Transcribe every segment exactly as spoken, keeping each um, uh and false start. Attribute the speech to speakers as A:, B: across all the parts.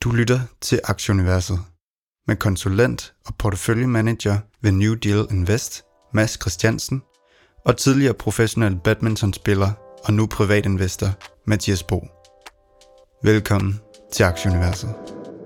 A: Du lytter til Aktieuniverset med konsulent og porteføljemanager ved New Deal Invest, Mads Christiansen, og tidligere professionel badmintonspiller og nu privatinvestor, Mathias Bo. Velkommen til Aktieuniverset.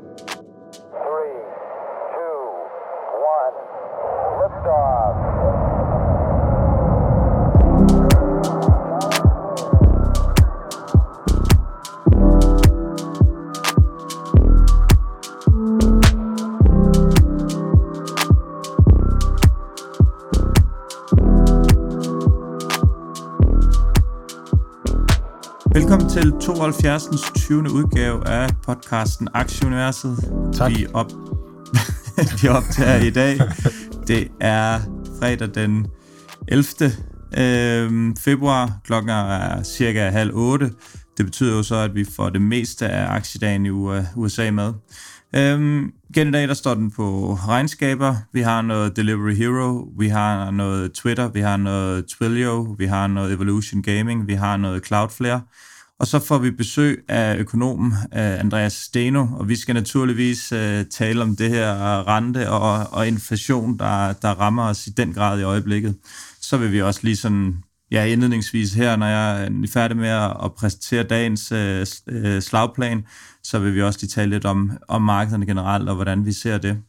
B: Velkommen til tooghalvfjerdsende tyvende udgave af podcasten Aktieuniverset.
C: Tak.
B: Vi op vi optager i dag. Det er fredag den ellevte Øh, februar. Klokken er cirka halv otte. Det betyder jo så, at vi får det meste af aktiedagen i U S A med. Øhm, igen i dag, der står den på regnskaber. Vi har noget Delivery Hero, vi har noget Twitter, vi har noget Twilio, vi har noget Evolution Gaming, vi har noget Cloudflare. Og så får vi besøg af økonomen uh, Andreas Steno, og vi skal naturligvis uh, tale om det her rente og, og inflation, der, der rammer os i den grad i øjeblikket. Så vil vi også lige sådan, ja, indledningsvis her, når jeg er færdig med at præsentere dagens uh, slagplan, så vil vi også lige tale lidt om, om markederne generelt, og hvordan vi ser det.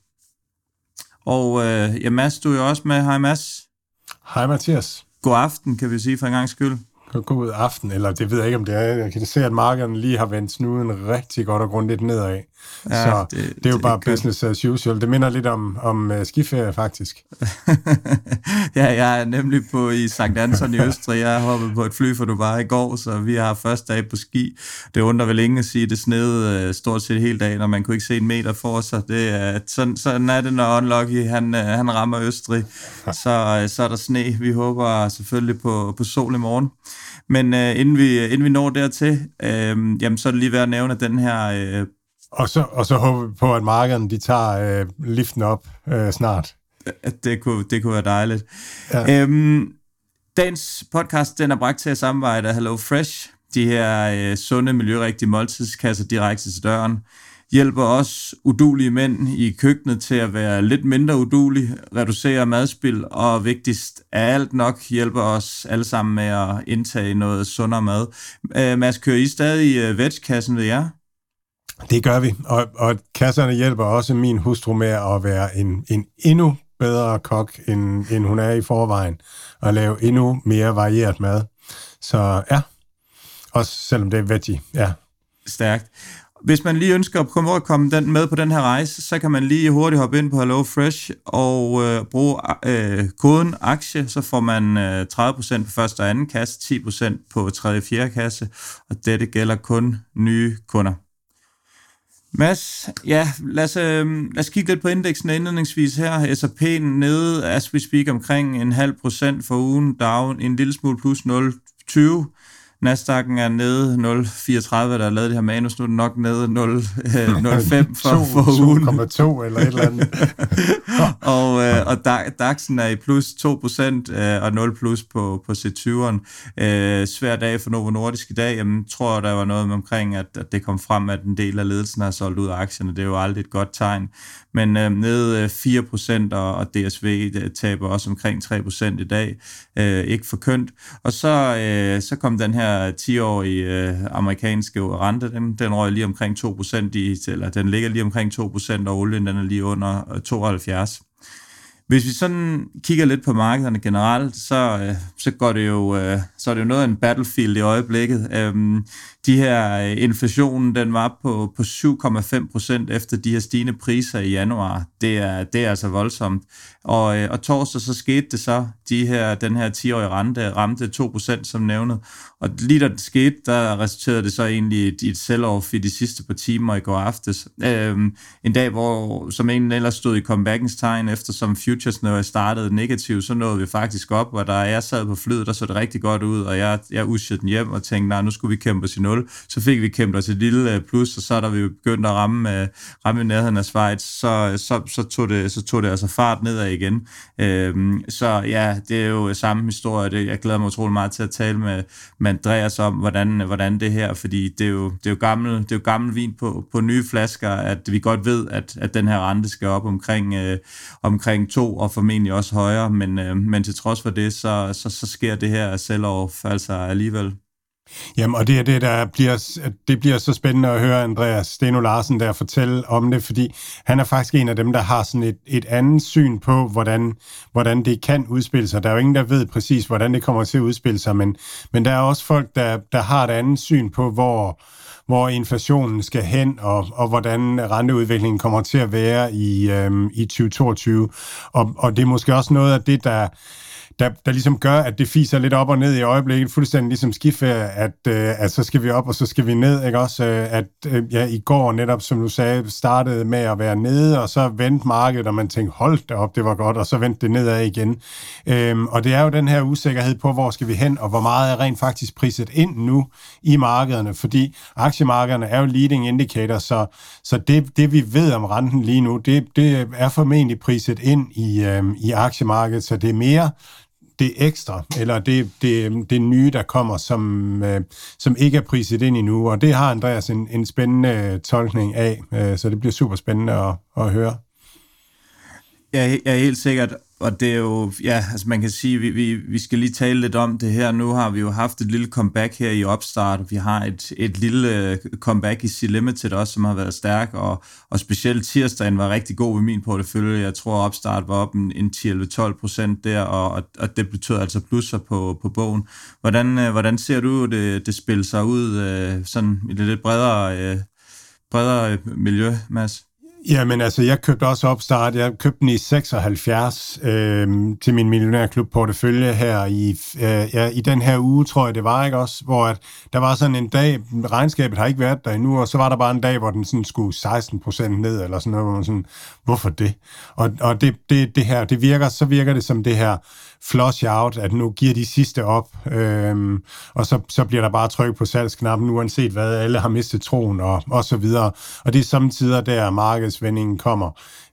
B: Og øh, ja, Mads, du er jo også med. Hej Mads.
C: Hej Mathias.
B: God aften, kan vi sige for en gangs skyld.
C: God aften, eller det ved jeg ikke, om det er. Jeg kan se, at markederne lige har vendt snuden rigtig godt og grundigt nedad. Ja, så det, det er jo det bare er business as usual. Det minder lidt om, om uh, skiferie, faktisk.
B: Ja, jeg er nemlig på i Sankt Anton i Østrig. Jeg har hoppet på et fly fra Dubai i går, så vi har første dag på ski. Det undrer vel ingen at sige, at det snede uh, stort set hele dagen, og man kunne ikke se en meter for sig. Det, uh, sådan, sådan er det, når Unlucky han, uh, han rammer Østrig. Så, uh, så er der sne. Vi håber selvfølgelig på, på sol i morgen. Men øh, inden, vi, inden vi når dertil, øh, jamen, så er det lige værd at nævne, at den her... Øh,
C: og, så, og så håber vi på, at markederne de tager øh, liften op øh, snart.
B: Det kunne, det kunne være dejligt. Ja. Øhm, dagens podcast, den er bragt til at samarbejde af HelloFresh. De her øh, sunde, miljørigtige måltidskasser direkte til døren hjælper også udulige mænd i køkkenet til at være lidt mindre udulige, reducere madspild, og vigtigst af alt nok hjælper os alle sammen med at indtage noget sundere mad. Uh, Mads, kører I stadig uh, veg-kassen ved jer?
C: Det gør vi, og, og kasserne hjælper også min hustru med at være en, en endnu bedre kok, end, end hun er i forvejen, og lave endnu mere varieret mad. Så ja, også selvom det er veggie, ja.
B: Stærkt. Hvis man lige ønsker at komme, at komme den med på den her rejse, så kan man lige hurtigt hoppe ind på HelloFresh og øh, bruge øh, koden aktie, så får man øh, tredive procent på første og anden kasse, ti procent på tredje og fjerde kasse, og dette gælder kun nye kunder. Mads, ja, lad os, øh, lad os kigge lidt på indeksen indledningsvis her. S og P'en nede, as we speak, omkring en halv procent for ugen, down en lille smule plus nul komma tyve. Nasdaq'en er nede nul komma fireogtredive, der har lavet det her manus, nu er den nok nede nul komma fem for, for ugen.
C: to komma to eller et eller andet.
B: og øh, og DAX'en er i plus to procent øh, og nul plus på, på C tyveren. Øh, svær dag for Novo Nordisk i dag. Jamen, tror jeg, der var noget med omkring, at, at det kom frem, at en del af ledelsen har solgt ud af aktierne. Det er jo aldrig et godt tegn. Men øh, nede fire procent, og, og D S V taber også omkring tre procent i dag. Øh, ikke for kønt. Og så, øh, så kom den her ti-årige øh, amerikanske rente, den, den røg lige omkring to procent i, eller den ligger lige omkring to procent, og olien den er lige under tooghalvfjerds. Hvis vi sådan kigger lidt på markederne generelt, så, øh, så går det jo, øh, så er det jo noget af en battlefield i øjeblikket. Øhm, de her øh, inflationen, den var på, på syv komma fem procent efter de her stigende priser i januar. Det er, det er altså voldsomt. Og, øh, og torsdag så skete det så, de her, den her ti-årige rente ramte to procent som nævnet. Og lige da det skete, der resulterede det så egentlig i et sell-off i de sidste par timer i går aftes. Øhm, en dag, hvor som egentlig ellers stod i comebackens tegn, eftersom futuresne startede negativt, så nåede vi faktisk op, og da jeg sad på flyet, der så det rigtig godt ud, og jeg, jeg ushede den hjem og tænkte, nej, nu skulle vi kæmpe os i nul. Så fik vi kæmpet os et lille plus, og så er der vi jo begyndt at ramme, ramme nærheden af Schweiz, så, så, så, tog det, så tog det altså fart nedad igen. Øhm, så ja, det er jo samme historie. Det, jeg glæder mig utrolig meget til at tale med, med Andreas om, hvordan, hvordan det her, fordi det er jo, det er jo gammel, det er jo gammel vin på, på nye flasker, at vi godt ved, at, at den her rente skal op omkring, øh, omkring to, og formentlig også højere, men, øh, men til trods for det, så, så, så sker det her sell-off altså alligevel.
C: Jamen, og det er det, der bliver, det bliver så spændende at høre Andreas Steno Larsen der fortælle om det, fordi han er faktisk en af dem, der har sådan et, et andet syn på, hvordan, hvordan det kan udspille sig. Der er jo ingen, der ved præcis, hvordan det kommer til at udspille sig, men, men der er også folk, der, der har et andet syn på, hvor hvor inflationen skal hen, og, og hvordan renteudviklingen kommer til at være i, øhm, i tyve toogtyve. Og, og det er måske også noget af det, der, der, der ligesom gør, at det fiser lidt op og ned i øjeblikket, fuldstændig ligesom skiferie, at, øh, at så skal vi op, og så skal vi ned, ikke også? At øh, ja, i går netop, som du sagde, startede med at være nede, og så vendte markedet, og man tænkte, hold da op, det var godt, og så vendte det nedad igen. Øhm, og det er jo den her usikkerhed på, hvor skal vi hen, og hvor meget er rent faktisk priset ind nu i markederne, fordi aktiemarkederne er jo leading indicator, så, så det, det vi ved om renten lige nu, det, det er formentlig priset ind i, øhm, i aktiemarkedet, så det er mere det ekstra, eller det, det, det nye, der kommer, som, øh, som ikke er priset ind endnu, og det har Andreas en, en spændende tolkning af, øh, så det bliver super spændende at, at høre.
B: Jeg, jeg er helt sikkert, og det er jo, ja, altså man kan sige, vi, vi, vi skal lige tale lidt om det her. Nu har vi jo haft et lille comeback her i opstart, vi har et, et lille comeback i C-Limited også, som har været stærk, og, og specielt tirsdagen var rigtig god ved min portefølje. Jeg tror, opstart var op en, en ti til tolv procent der, og, og det betød altså plusser på, på bogen. Hvordan, hvordan ser du det, det spille sig ud sådan i det lidt bredere, bredere miljø, Mads?
C: Jamen altså, jeg købte også opstart. Jeg købte den i seksoghalvfjerds øh, til min millionærklub-portefølje her i, øh, ja, i den her uge, tror jeg det var, ikke også? Hvor at der var sådan en dag, regnskabet har ikke været der endnu, og så var der bare en dag, hvor den sådan skulle seksten procent ned, eller sådan noget, hvor man sådan, hvorfor det? Og, og det, det, det her, det virker, så virker det som det her flush out, at nu giver de sidste op, øhm, og så, så bliver der bare tryk på salgsknappen, uanset hvad, alle har mistet troen, og, og så videre. Og det er samtidig, der markedsvendingen kommer.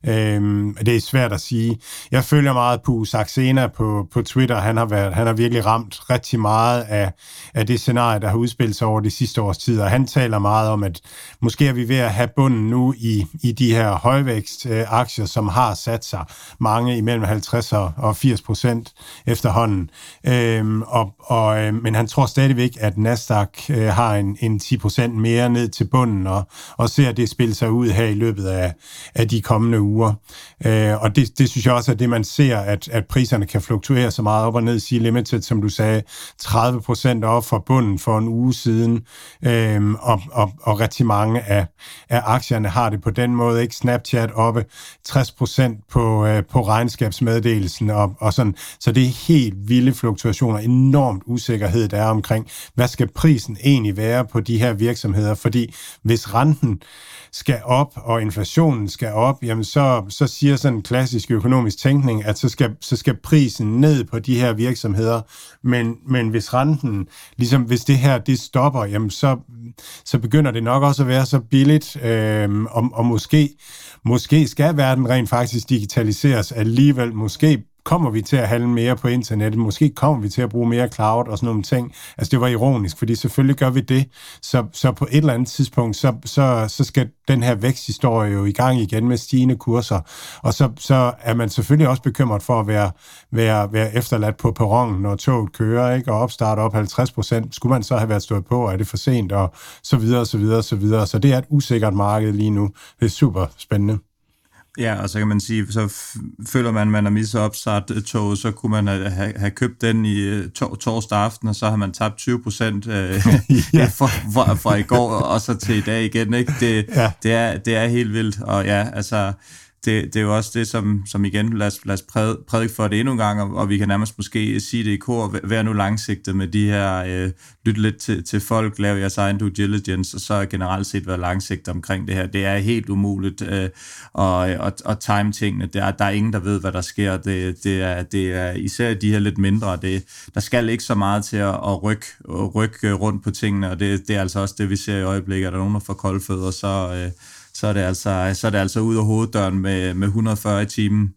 C: Øhm, det er svært at sige. Jeg følger meget på Saxena på, på Twitter. Han har, været, han har virkelig ramt rigtig meget af, af det scenarie, der har udspillet sig over de sidste års tid, og han taler meget om, at måske er vi ved at have bunden nu i, i de her højvækst-aktier, som har sat sig mange imellem halvtreds og firs procent efterhånden. Øhm, og, og, øh, men han tror stadigvæk, at Nasdaq øh, har en, en ti procent mere ned til bunden, og, og ser det spille sig ud her i løbet af, af de kommende uger. Øh, og det, det synes jeg også er det, man ser, at, at priserne kan fluktuere så meget op og ned. C-Limited, som du sagde, tredive procent op fra bunden for en uge siden, øh, og, og, og rigtig mange af, af aktierne har det på den måde. Ikke? Snapchat oppe tres procent på, øh, på regnskabsmeddelelsen, og, og sådan. Så det er helt vilde fluktuationer, enormt usikkerhed, der er omkring, hvad skal prisen egentlig være på de her virksomheder, fordi hvis renten skal op, og inflationen skal op, jamen så, så siger sådan en klassisk økonomisk tænkning, at så skal, så skal prisen ned på de her virksomheder, men, men hvis renten, ligesom hvis det her, det stopper, jamen så, så begynder det nok også at være så billigt, øh, og, og måske, måske skal verden rent faktisk digitaliseres alligevel, måske kommer vi til at handle mere på internettet, måske kommer vi til at bruge mere cloud og sådan nogle ting. Altså det var ironisk, fordi selvfølgelig gør vi det, så, så på et eller andet tidspunkt, så, så, så skal den her væksthistorie jo i gang igen med stigende kurser, og så, så er man selvfølgelig også bekymret for at være, være, være efterladt på perronen, når toget kører, ikke? Og opstarte op halvtreds procent, skulle man så have været stået på, er det for sent, og så videre, så videre, så videre. Så det er et usikkert marked lige nu. Det er super spændende.
B: Ja, og så kan man sige, så føler man, at man har misset opstart-toget, så kunne man have, have købt den i to, torsdag aften, og så har man tabt tyve procent øh, ja. fra, fra, fra i går, og så til i dag igen. Ikke? Det, ja. det, er, det er helt vildt, og ja, altså, det, det er jo også det, som, som igen, lad os, lad os præd, prædike for det endnu en gang, og, og vi kan nærmest måske sige det i kor, vær nu langsigtet med de her, øh, lytte lidt til, til folk, lave jeres egen due diligence, og så generelt set være langsigtet omkring det her. Det er helt umuligt øh, at, at, at time tingene. Der er, der er ingen, der ved, hvad der sker. Det, det, er, det er især de her lidt mindre. Det, der skal ikke så meget til at, at rykke, rykke rundt på tingene, og det, det er altså også det, vi ser i øjeblikket. Er der nogen, der får koldfødder, så... Øh, så er det altså, så er det altså ud af hoveddøren med, med et hundrede og fyrre i timen.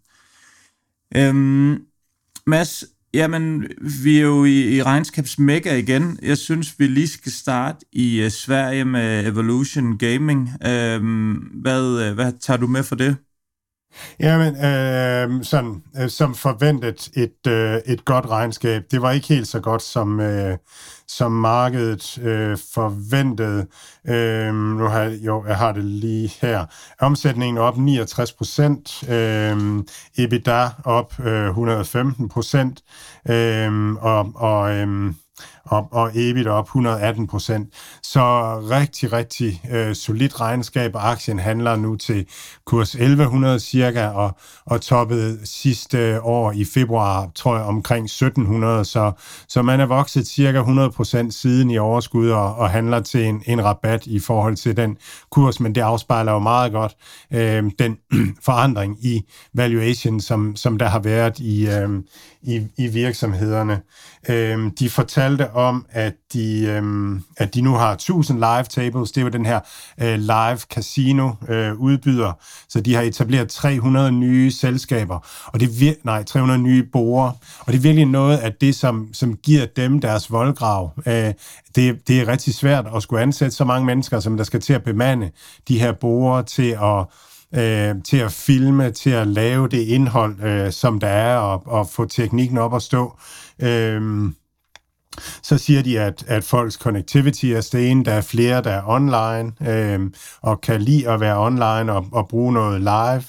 B: Øhm, Mads, jamen, vi er jo i, i regnskabsmega igen. Jeg synes, vi lige skal starte i uh, Sverige med Evolution Gaming. Øhm, hvad, hvad tager du med for det?
C: Jamen, øh, sådan, øh, som forventet et, øh, et godt regnskab. Det var ikke helt så godt, som, øh, som markedet øh, forventede. Øh, nu har jeg, jo, jeg har det lige her. Omsætningen op niogtres procent, øh, EBITDA op øh, et hundrede og femten procent, øh, og, og øh, Og, og E B I T op et hundrede og atten procent. Så rigtig, rigtig øh, solidt regnskab. Aktien handler nu til kurs elleve hundrede cirka, og, og toppede sidste år i februar, tror jeg, omkring sytten hundrede. Så, så man er vokset cirka hundrede procent siden i overskud, og, og handler til en, en rabat i forhold til den kurs, men det afspejler jo meget godt øh, den forandring i valuation, som, som der har været i, øh, i, i virksomhederne. Øh, de fortalte om, at de, øhm, at de nu har tusind live tables. Det er jo den her øh, live casino øh, udbyder. Så de har etableret tre hundrede nye selskaber, og det er vir- nej, tre hundrede nye brugere. Og det er virkelig noget af det, som, som giver dem deres voldgrav. Øh, det, det er rigtig svært at skulle ansætte så mange mennesker, som der skal til at bemande de her brugere til at Øh, til at filme, til at lave det indhold, øh, som der er, og, og få teknikken op at stå. Øh, Så siger de, at, at folks connectivity er steget, der er flere, der er online, øh, og kan lide at være online og, og bruge noget live.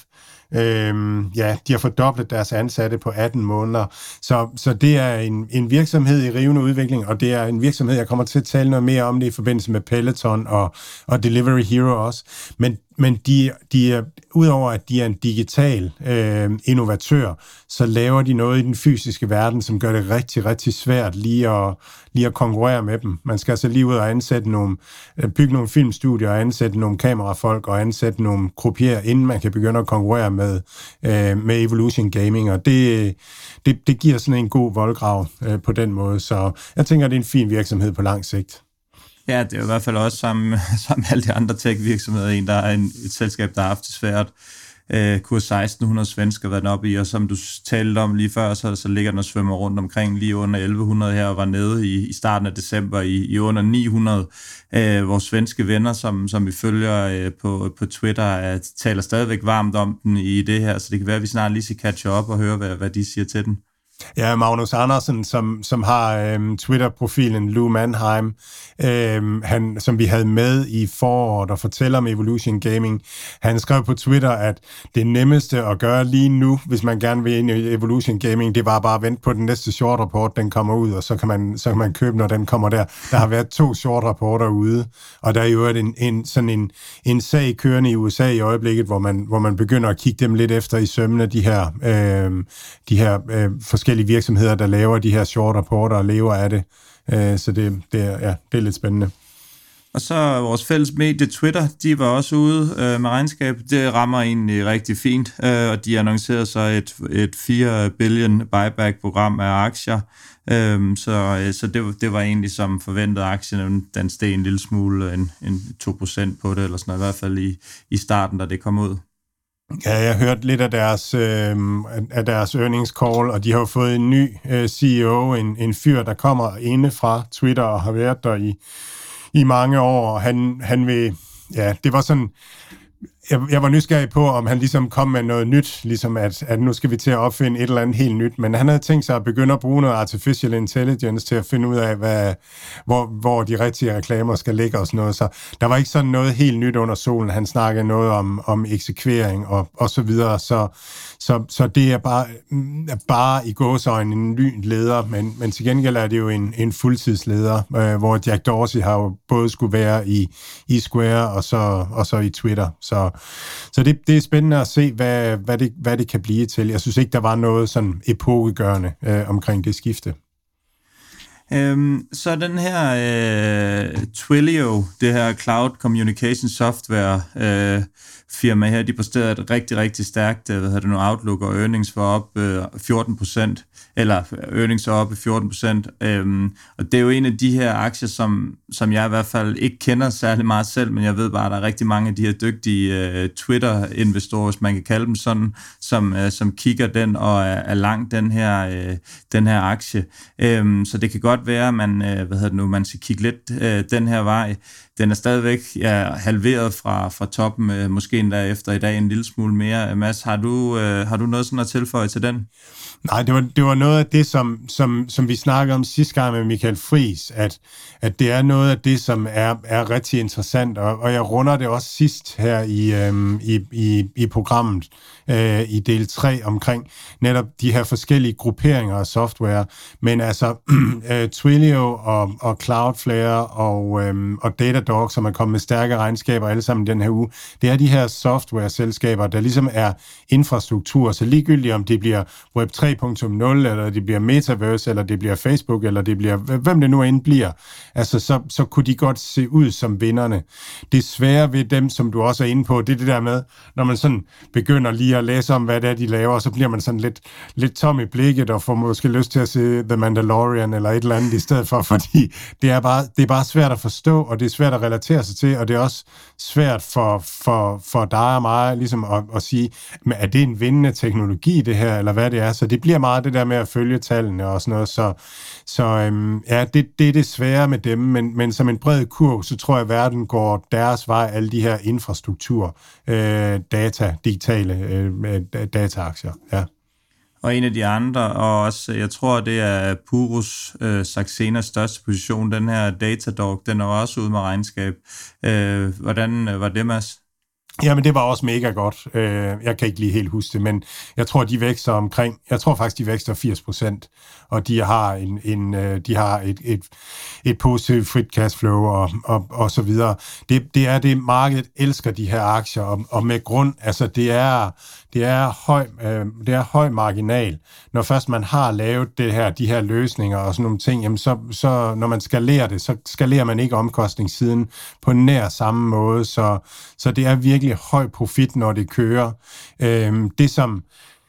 C: Øhm, ja, de har fordoblet deres ansatte på atten måneder. Så, så det er en, en virksomhed i rivende udvikling, og det er en virksomhed, jeg kommer til at tale noget mere om det i forbindelse med Peloton og, og Delivery Hero også. Men, men de, de er, udover at de er en digital øh, innovatør, så laver de noget i den fysiske verden, som gør det rigtig, rigtig svært lige at, lige at konkurrere med dem. Man skal altså lige ud og ansætte nogle, bygge nogle filmstudier, ansætte nogle kamerafolk og ansætte nogle croupier, inden man kan begynde at konkurrere med, øh, med Evolution Gaming, og det, det, det giver sådan en god voldgrav øh, på den måde. Så jeg tænker, det er en fin virksomhed på lang sigt.
B: Ja, det er i hvert fald også sammen, sammen med alle de andre tech-virksomheder, en, der er en, et selskab, der har haft det svært. Øh, kurs seksten hundrede svensker været op i, og som du talte om lige før, så, så ligger den og svømmer rundt omkring lige under elleve hundrede her, og var nede i, i starten af december i, i under ni hundrede. Øh, vores svenske venner, som, som vi følger øh, på, på Twitter, er, taler stadigvæk varmt om den i det her, så det kan være, at vi snart lige skal catche op og høre, hvad, hvad de siger til den.
C: Ja, Magnus Andersen, som, som har øhm, Twitter-profilen Lou Mannheim, øhm, han, som vi havde med i foråret og fortæller om Evolution Gaming, han skrev på Twitter, at det nemmeste at gøre lige nu, hvis man gerne vil ind i Evolution Gaming, det var bare at vente på den næste short-rapport, den kommer ud, og så kan man, så kan man købe, når den kommer der. Der har været to short-rapporter ude, og der er jo en, en, sådan en, en sag kørende i U S A i øjeblikket, hvor man, hvor man begynder at kigge dem lidt efter i sømmene, de her, øh, de her øh, forskellige virksomheder, der laver de her short rapporter og lever af det. Så det, det, er, ja, det er lidt spændende.
B: Og så vores fælles medie Twitter, de var også ude øh, med regnskab. Det rammer egentlig rigtig fint, øh, og de annoncerede så et, et fire billion buyback-program af aktier. Øh, så så det, det var egentlig som forventet. Aktien, den steg en lille smule, en, en to procent på det, eller sådan noget, i hvert fald i, i starten, da det kom ud.
C: Ja, jeg hørte lidt af deres, øh, af deres earnings call, og de har jo fået en ny øh, C E O, en, en fyr, der kommer inde fra Twitter og har været der i, i mange år, og han, han vil, ja, det var sådan, jeg, jeg var nysgerrig på, om han ligesom kom med noget nyt, ligesom at, at nu skal vi til at opfinde et eller andet helt nyt, men han havde tænkt sig at begynde at bruge noget artificial intelligence til at finde ud af, hvad, hvor, hvor de rigtige reklamer skal ligge og sådan noget, så der var ikke sådan noget helt nyt under solen. Han snakkede noget om, om eksekvering og, og så videre, så, så, så det er bare, bare i gåseøjne en ny leder, men, men til gengæld er det jo en, en fuldtidsleder, øh, hvor Jack Dorsey har jo både skulle være i, i Square og så, og så i Twitter, så så det, det er spændende at se, hvad, hvad, det, hvad det kan blive til. Jeg synes ikke, der var noget sådan epokegørende øh, omkring det skifte.
B: Øhm, så den her øh, Twilio, det her cloud communication software øh, firma her, de præsterede et rigtig, rigtig stærkt, hvad hedder det nu, outlook, og earnings var op øh, fjorten procent, eller earnings var op fjorten procent, øhm, og det er jo en af de her aktier, som, som jeg i hvert fald ikke kender særlig meget selv, men jeg ved bare, at der er rigtig mange af de her dygtige øh, Twitter-investorer, hvis man kan kalde dem sådan, som, øh, som kigger den og er, er langt den her, øh, den her aktie. Øhm, så det kan godt være, at man, øh, hvad hedder det nu, man skal kigge lidt øh, den her vej. Den er stadigvæk ja, halveret fra, fra toppen, øh, måske endda efter i dag en lille smule mere. Mads, har du, øh, har du noget sådan at tilføje til den?
C: Nej, det var, det var noget af det, som, som, som vi snakkede om sidste gang med Michael Friis, at, at det er noget af det, som er, er rigtig interessant, og, og jeg runder det også sidst her i, øhm, i, i, i programmet, øh, i del tre, omkring netop de her forskellige grupperinger af software, men altså øh, Twilio og, og Cloudflare og, øhm, og Datadog, som er kommet med stærke regnskaber alle sammen den her uge, det er de her software-selskaber, der ligesom er infrastruktur, så ligegyldigt om det bliver web tre punkt nul, eller det bliver Metaverse, eller det bliver Facebook, eller det bliver, hvem det nu end bliver, altså så, så kunne de godt se ud som vinderne. Det svære ved dem, som du også er inde på, det er det der med, når man sådan begynder lige at læse om, hvad det er, de laver, så bliver man sådan lidt, lidt tom i blikket, og får måske lyst til at se The Mandalorian, eller et eller andet i stedet for, fordi det er bare, det er bare svært at forstå, og det er svært at relatere sig til, og det er også svært for, for, for dig og mig, ligesom at, at sige, men er det en vindende teknologi, det her, eller hvad det er, så det bliver meget det der med at følge tallene og sådan noget, så, så øhm, ja, det, det er det svære med dem, men, men som en bred kurv, så tror jeg, at verden går deres vej, alle de her infrastruktur, øh, data, digitale øh, dataaktier, ja.
B: Og en af de andre, og også, jeg tror, det er Purus øh, Saxenas største position, den her Datadog, den er også ude med regnskab. Øh, hvordan var det, Mads?
C: Jamen, det var også mega godt. Jeg kan ikke lige helt huske det, men jeg tror, de vækster omkring, jeg tror faktisk, de vækster firs procent, og de har, en, en, de har et, et, et positivt frit cashflow og, og, og så videre. Det, det er det, markedet elsker de her aktier, og, og med grund, altså det er, det er høj, det er høj marginal. Når først man har lavet det her, de her løsninger og sådan nogle ting, jamen så, så når man skalerer det, så skalerer man ikke omkostningssiden på nær samme måde, så, så det er virkelig høj profit, når det kører. Øhm, det som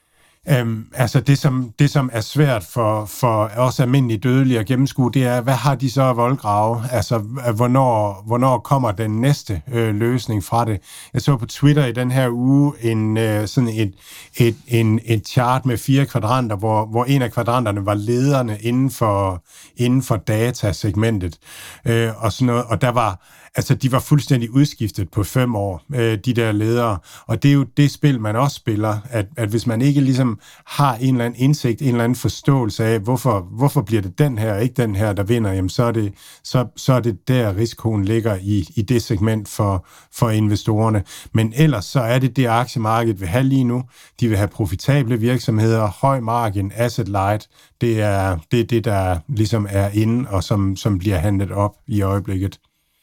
C: Øhm, altså det som, det, som er svært for, for os almindelige dødelige at gennemskue, det er, hvad har de så af voldgrave? Altså, hvornår, hvornår kommer den næste øh, løsning fra det? Jeg så på Twitter i den her uge en, øh, sådan et, et, en, et chart med fire kvadranter, hvor, hvor en af kvadranterne var lederne inden for, inden for datasegmentet. Øh, og sådan noget, og der var Altså, de var fuldstændig udskiftet på fem år, øh, de der ledere. Og det er jo det spil, man også spiller, at, at hvis man ikke ligesom har en eller anden indsigt, en eller anden forståelse af, hvorfor, hvorfor bliver det den her, ikke den her, der vinder, jamen så er det, så, så er det der, risikoen ligger i, i det segment for, for investorerne. Men ellers så er det det, aktiemarkedet vil have lige nu. De vil have profitable virksomheder, høj margin, asset light. Det er det, er det der ligesom er inde, og som, som bliver handlet op i øjeblikket.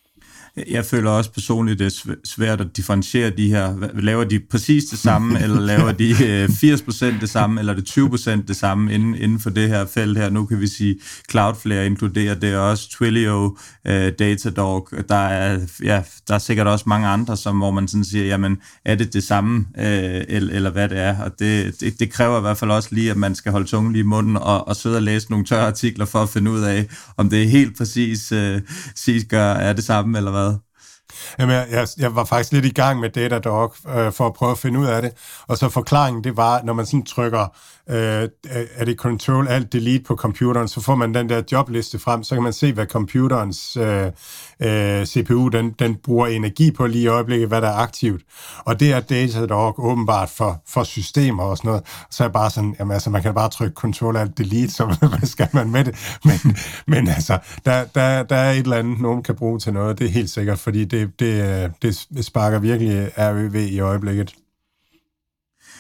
B: Jeg føler også personligt, det er svært at differentiere de her. Laver de præcis det samme, eller laver de firs procent det samme, eller er det tyve procent det samme inden, inden for det her felt her? Nu kan vi sige, Cloudflare inkluderer det også, Twilio, øh, Datadog. Der er, ja, der er sikkert også mange andre, som, hvor man sådan siger, jamen, er det det samme, øh, eller, eller hvad det er? Og det, det, det kræver i hvert fald også lige, at man skal holde tungen lige i munden og, og sidde og læse nogle tørre artikler for at finde ud af, om det er helt præcis øh, sig, gør, er det samme, eller hvad?
C: Jamen, jeg, jeg, jeg var faktisk lidt i gang med Datadog øh, for at prøve at finde ud af det, og så forklaringen, det var, når man sådan trykker, øh, er det Control Alt Delete på computeren, så får man den der jobliste frem, så kan man se, hvad computerens øh, øh, C P U, den, den bruger energi på lige i øjeblikket, hvad der er aktivt. Og det er Datadog åbenbart for, for systemer og sådan noget. Så er jeg bare sådan, jamen altså, man kan bare trykke Control Alt Delete, så hvad skal man med det? Men, men altså, der, der, der er et eller andet, nogen kan bruge til noget, det er helt sikkert, fordi det Det, det, det sparker virkelig R Ø V i øjeblikket.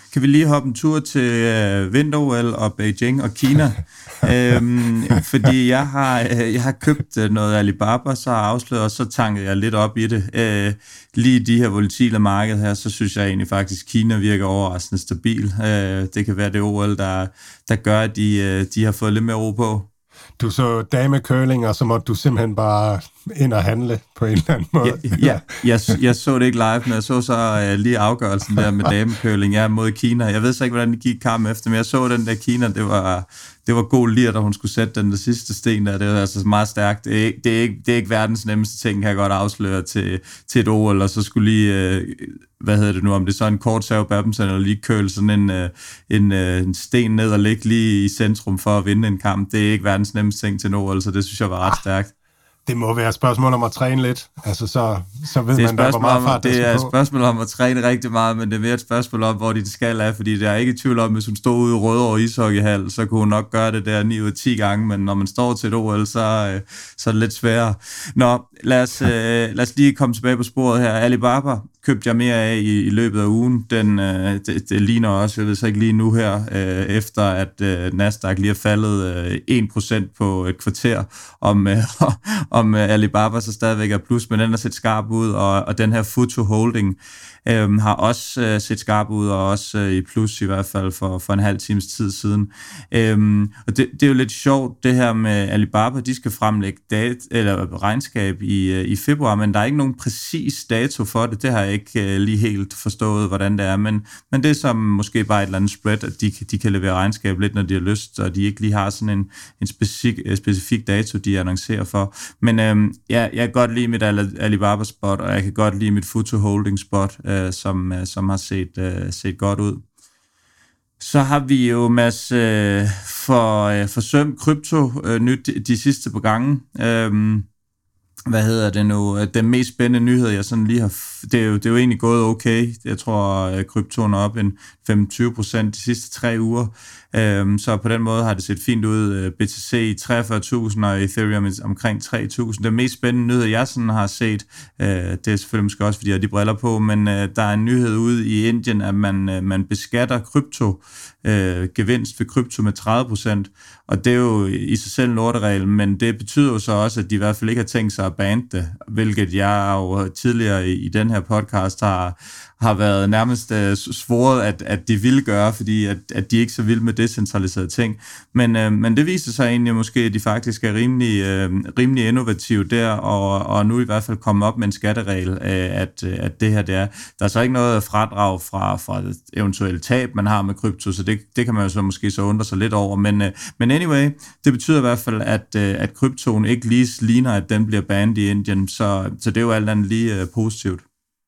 B: kan vi lige hoppe en tur til øh, vinter-O L og Beijing og Kina? øhm, fordi jeg har, øh, jeg har købt øh, noget Alibaba, så har afsløret, og så tankede jeg lidt op i det. Øh, lige de her volatile marked her, så synes jeg egentlig faktisk, at Kina virker overraskende stabil. Øh, det kan være det O L, der, der gør, at de, øh, de har fået lidt mere ro på.
C: Du så damecurling, og så måtte du simpelthen bare ind og handle på en eller anden måde.
B: Ja, ja jeg, jeg så det ikke live, men jeg så så uh, lige afgørelsen der med damecurling ja, mod Kina. Jeg ved så ikke, hvordan det gik kamp efter, men jeg så den der Kina, det var, det var god lir, da hun skulle sætte den der sidste sten der. Det var altså meget stærkt. Det er, ikke, det er, ikke, det er ikke verdens nemmeste ting, kan jeg godt afsløre til, til et O L, og så skulle lige, uh, hvad hedder det nu, om det er så en kort serve badminton, eller lige køle sådan en, uh, en, uh, en sten ned og ligge lige i centrum for at vinde en kamp. Det er ikke verdens nemmeste ting til en O L, så det synes jeg var ret stærkt.
C: Det må være et spørgsmål om at træne lidt. Altså, så, så ved man, der hvor meget fart der
B: Det er et
C: på.
B: spørgsmål om at træne rigtig meget, men det er mere et spørgsmål om, hvor de skal er, fordi der er ikke i tvivl om, hvis hun stod ude i Rødovre ishockeyhal, så kunne hun nok gøre det der ni ud af ti gange, men når man står til et O L, så, så er det lidt sværere. Nå, lad os, lad os lige komme tilbage på sporet her. Alibaba købte jeg mere af i, i løbet af ugen. Den, øh, det, det ligner også, jeg ved så ikke lige nu her, øh, efter at øh, Nasdaq lige er faldet øh, en procent på et kvarter, om, øh, om øh, Alibaba så stadigvæk er plus, men den har set skarp ud, og, og den her Futu Holding øh, har også øh, set skarp ud, og også øh, i plus i hvert fald for, for en halv times tid siden. Øh, og det, det er jo lidt sjovt, det her med Alibaba, de skal fremlægge dat, eller regnskab i, øh, i februar, men der er ikke nogen præcis dato for det. Det har jeg ikke lige helt forstået, hvordan det er, men, men det er som måske bare et eller andet spread, at de, de kan levere regnskab lidt, når de har lyst, og de ikke lige har sådan en, en specifik, specifik dato, de annoncerer for. Men øhm, ja, jeg kan godt lide mit Alibaba-spot, og jeg kan godt lide mit Futu Holding-spot, øh, som, øh, som har set, øh, set godt ud. Så har vi jo, Mads, øh, for, øh, forsømt krypto øh, nyt de, de sidste par gange. Øhm, Hvad hedder det nu? Den mest spændende nyhed, jeg sådan lige har... Det er jo, det er jo egentlig gået okay. Jeg tror, at kryptoen er op en femogtyve procent de sidste tre uger. Så på den måde har det set fint ud. B T C i treogfyrre tusind og Ethereum omkring tre tusind. Den mest spændende nyhed, jeg sådan har set, det er selvfølgelig måske også, fordi jeg har de briller på, men der er en nyhed ude i Indien, at man, man beskatter krypto, gevinst ved krypto med tredive procent. Og det er jo i sig selv en lorteregel, men det betyder jo så også, at de i hvert fald ikke har tænkt sig at bande det, hvilket jeg jo tidligere i, i den her podcast har, har været nærmest uh, svoret, at, at de ville gøre, fordi at, at de ikke så vil med decentraliserede ting. Men, uh, men det viser sig egentlig måske, at de faktisk er rimelig, uh, rimelig innovative der, og, og nu i hvert fald komme op med en skatteregel, uh, at, uh, at det her det er. Der er så ikke noget fradrag fra, fra et eventuelt tab, man har med krypto, så det, det kan man jo så måske så undre sig lidt over. Men, uh, men anyway, det betyder i hvert fald, at, uh, at kryptoen ikke lige ligner, at den bliver bandet i Indien, så, så det er jo alt andet lige uh, positivt.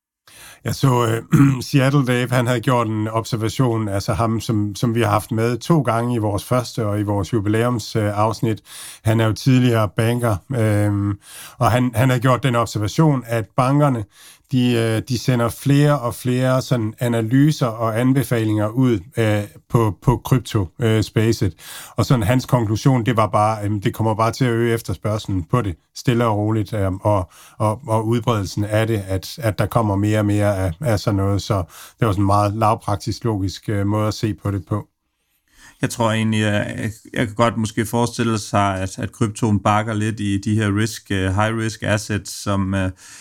C: Jeg så uh, Seattle Dave, han havde gjort en observation, altså ham, som, som vi har haft med to gange i vores første og i vores jubilæumsafsnit. Uh, han er jo tidligere banker, uh, og han, han har gjort den observation, at bankerne, de, de sender flere og flere sådan analyser og anbefalinger ud øh, på, på krypto-spacet. Og sådan hans konklusion, det var bare, øh, det kommer bare til at øge efterspørgselen på det, stille og roligt, øh, og, og, og udbredelsen af det, at, at der kommer mere og mere af, af sådan noget. Så det var sådan en meget lavpraktisk, logisk øh, måde at se på det på.
B: Jeg tror egentlig, at jeg kan godt måske forestille sig, at, at kryptoen bakker lidt i de her risk, high-risk assets, som...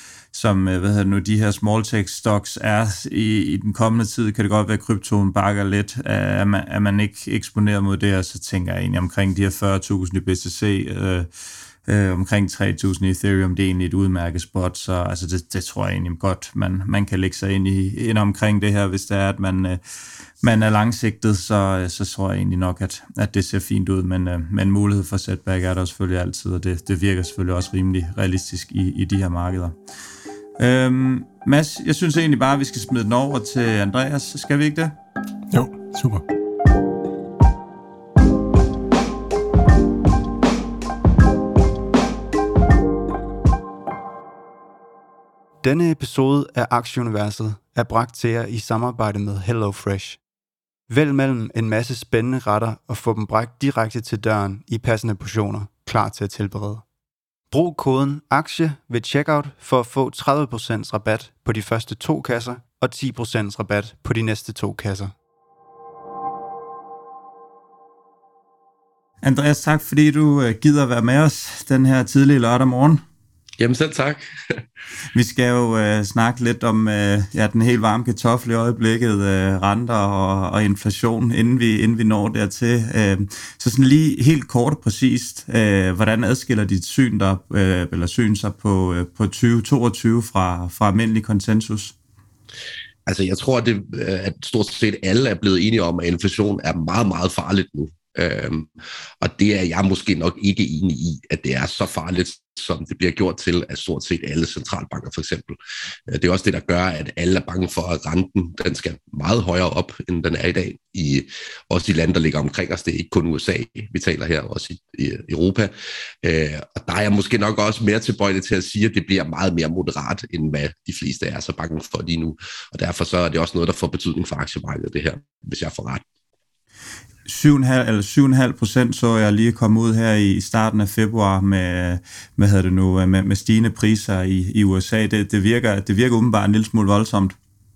B: som hvad hedder nu, de her small tech stocks er i, i den kommende tid, kan det godt være, at kryptoen bakker lidt. Er man, er man ikke eksponeret mod det, og så tænker jeg egentlig omkring de her fyrre tusind i B T C, øh, øh, omkring tre tusind i Ethereum, det er egentlig et udmærket spot, så altså det, det tror jeg egentlig godt, man, man kan lægge sig ind, i, ind omkring det her, hvis det er, at man, øh, man er langsigtet, så, så tror jeg egentlig nok, at, at det ser fint ud, men, øh, men mulighed for setback er der selvfølgelig altid, og det, det virker selvfølgelig også rimelig realistisk i, i de her markeder. Øhm, Mads, jeg synes egentlig bare, at vi skal smide den over til Andreas. Skal vi ikke det?
C: Jo, super.
A: Denne episode af Aktieuniverset er bragt til jer i samarbejde med HelloFresh. Vælg mellem en masse spændende retter og få dem bragt direkte til døren i passende portioner, klar til at tilberede. Brug koden AKTIE ved checkout for at få tredive procent rabat på de første to kasser og ti procent rabat på de næste to kasser.
B: Andreas, tak fordi du gider være med os den her tidlige lørdag morgen.
D: Jamen selv tak.
B: Vi skal jo øh, snakke lidt om øh, ja, den helt varme kartoffel i øjeblikket, øh, renter og, og inflation, inden vi, inden vi når dertil. Øh, så sådan lige helt kort og præcist, øh, hvordan adskiller dit syn, der, øh, eller syn sig på, øh, på tyve toogtyve fra, fra almindelig konsensus?
D: Altså jeg tror, at, det, at stort set alle er blevet enige om, at inflation er meget, meget farligt nu. Øhm, og det er jeg måske nok ikke enig i, at det er så farligt, som det bliver gjort til af stort set alle centralbanker for eksempel. Det er også det, der gør, at alle er bange for, at renten den skal meget højere op, end den er i dag. I, også i lande, der ligger omkring os. Det er ikke kun U S A, vi taler her, også i, i Europa. Øh, og der er jeg måske nok også mere tilbøjelig til at sige, at det bliver meget mere moderat, end hvad de fleste er så bange for lige nu. Og derfor så er det også noget, der får betydning for aktiemarkedet, det her, hvis jeg får ret.
B: syv komma fem procent så jeg lige komme ud her i starten af februar med, hvad hedder det nu, med, med stigende priser i, i U S A. Det, det, virker, det virker umiddelbart en lille smule voldsomt.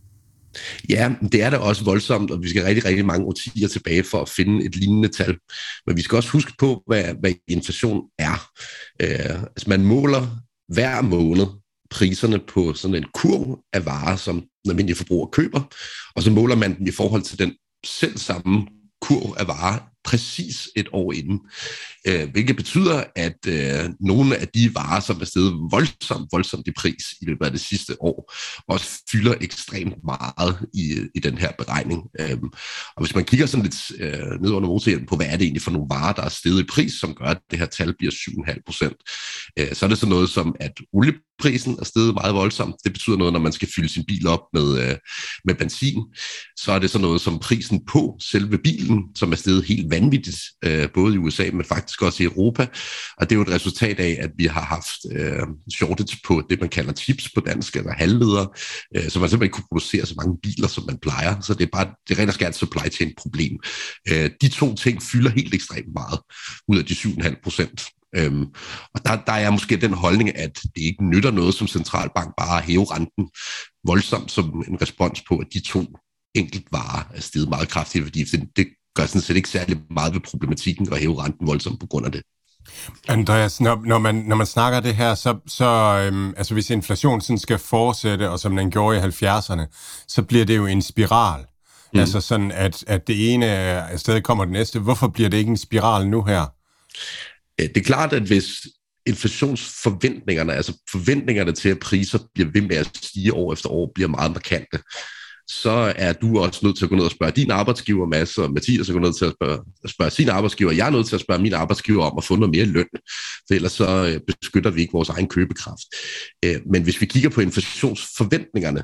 D: Ja, det er da også voldsomt, og vi skal rigtig, rigtig mange årtier tilbage for at finde et lignende tal. Men vi skal også huske på, hvad, hvad inflation er. Øh, altså man måler hver måned priserne på sådan en kurv af varer, som den almindelige forbruger køber, og så måler man dem i forhold til den selv samme kurv af varer præcis et år inden. Øh, hvilket betyder, at øh, nogle af de varer, som er steget voldsomt, voldsomt i pris i løbet af det sidste år, også fylder ekstremt meget i, i den her beregning. Øh, og hvis man kigger sådan lidt øh, ned under motorhjelmen på, hvad er det egentlig for nogle varer, der er steget i pris, som gør, at det her tal bliver syv komma fem procent, øh, så er det sådan noget som, at olieprisen er steget meget voldsomt. Det betyder noget, når man skal fylde sin bil op med, øh, med benzin. Så er det sådan noget som prisen på selve bilen, som er steget helt vanvittigt, øh, både i U S A, men faktisk også i Europa. Og det er jo et resultat af, at vi har haft øh, shortage på det, man kalder chips på dansk, eller halvledere, øh, så man simpelthen ikke kunne producere så mange biler, som man plejer. Så det er bare det er rent og skært supply chain problem. Øh, de to ting fylder helt ekstremt meget ud af de syv komma fem procent. Øhm, og der, der er måske den holdning, at det ikke nytter noget som centralbank bare at hæve renten voldsomt som en respons på, at de to enkeltvarer er steget meget kraftigt, fordi det gør sådan set ikke særlig meget ved problematikken at hæve renten voldsomt på grund af det.
C: Andreas, når, når, man, når man snakker det her, så, så øhm, altså hvis inflationen sådan skal fortsætte, og som den gjorde i halvfjerdserne, så bliver det jo en spiral. Mm. Altså sådan, at, at det ene afsted kommer det næste. Hvorfor bliver det ikke en spiral nu her?
D: Det er klart, at hvis inflationsforventningerne, altså forventningerne til, at priser bliver ved med at stige år efter år, bliver meget markante, så er du også nødt til at gå ned og spørge din arbejdsgiver, Mads, og Mathias er gå ned til at spørge, at spørge sin arbejdsgiver. Jeg er nødt til at spørge min arbejdsgiver om at få noget mere løn, for ellers så beskytter vi ikke vores egen købekraft. Men hvis vi kigger på inflationsforventningerne,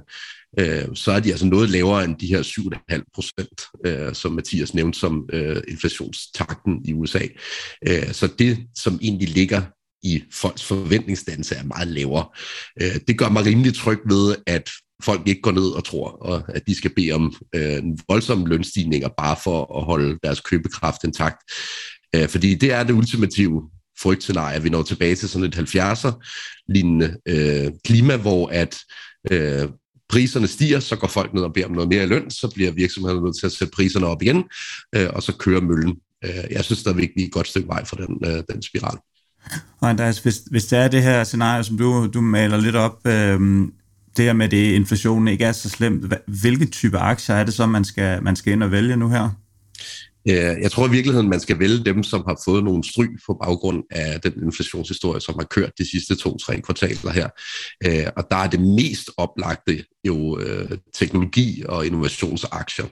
D: så er de altså noget lavere end de her syv komma fem procent, som Mathias nævnte som inflationstakten i U S A. Så det, som egentlig ligger i folks forventningsdannelse, er meget lavere. Det gør mig rimelig tryg ved, at folk ikke går ned og tror, at de skal bede om voldsomme lønstigninger bare for at holde deres købekraft intakt. Fordi det er det ultimative frygtscenarie, at vi når tilbage til sådan et halvfjerdser-lignende klima, hvor at priserne stiger, så går folk ned og beder om noget mere i løn, så bliver virksomhederne nødt til at sætte priserne op igen, øh, og så kører møllen. Øh, jeg synes stadigvæk, vi er et godt stykke vej fra den, øh, den spiral.
B: Og Andreas, hvis, hvis det er det her scenarie, som du, du maler lidt op, øh, det her med, at det, inflationen ikke er så slemt, hvilke type aktier er det så, man skal, man skal ind og vælge nu her?
D: Jeg tror i virkeligheden, man skal vælge dem, som har fået nogle stryg på baggrund af den inflationshistorie, som har kørt de sidste to-tre kvartaler her. Og der er det mest oplagte jo teknologi- og innovationsaktier.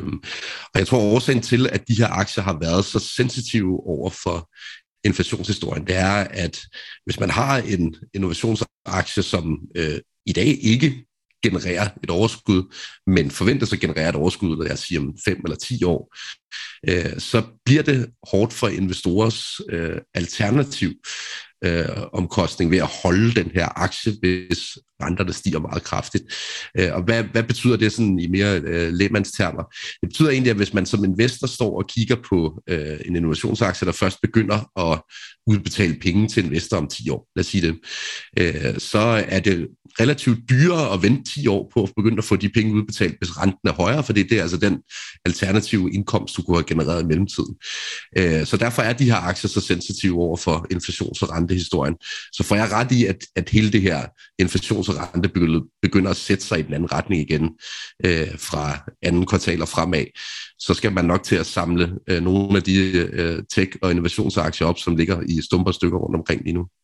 D: Og jeg tror årsagen til, at de her aktier har været så sensitive over for inflationshistorien, det er, at hvis man har en innovationsaktie, som i dag ikke generere et overskud, men forventes at generere et overskud, når jeg siger om fem eller ti år, øh, så bliver det hårdt for investorers øh, alternativ øh, omkostning ved at holde den her aktie, hvis renterne stiger meget kraftigt. Øh, og hvad, hvad betyder det sådan i mere øh, lægmandstermer? Det betyder egentlig, at hvis man som investor står og kigger på øh, en innovationsaktie, der først begynder at udbetale penge til investor om ti år, lad os sige det, øh, så er det relativt dyrere at vente ti år på at begynde at få de penge udbetalt, hvis renten er højere, for det er altså den alternative indkomst, du kunne have genereret i mellemtiden. Øh, så derfor er de her aktier så sensitive over for inflations- og rentehistorien. Så får jeg ret i, at, at hele det her inflations- og rente begynder at sætte sig i den anden retning igen øh, fra anden kvartal og fremad, så skal man nok til at samle øh, nogle af de øh, tech- og innovationsaktier op, som ligger i stumper stykker rundt omkring lige nu.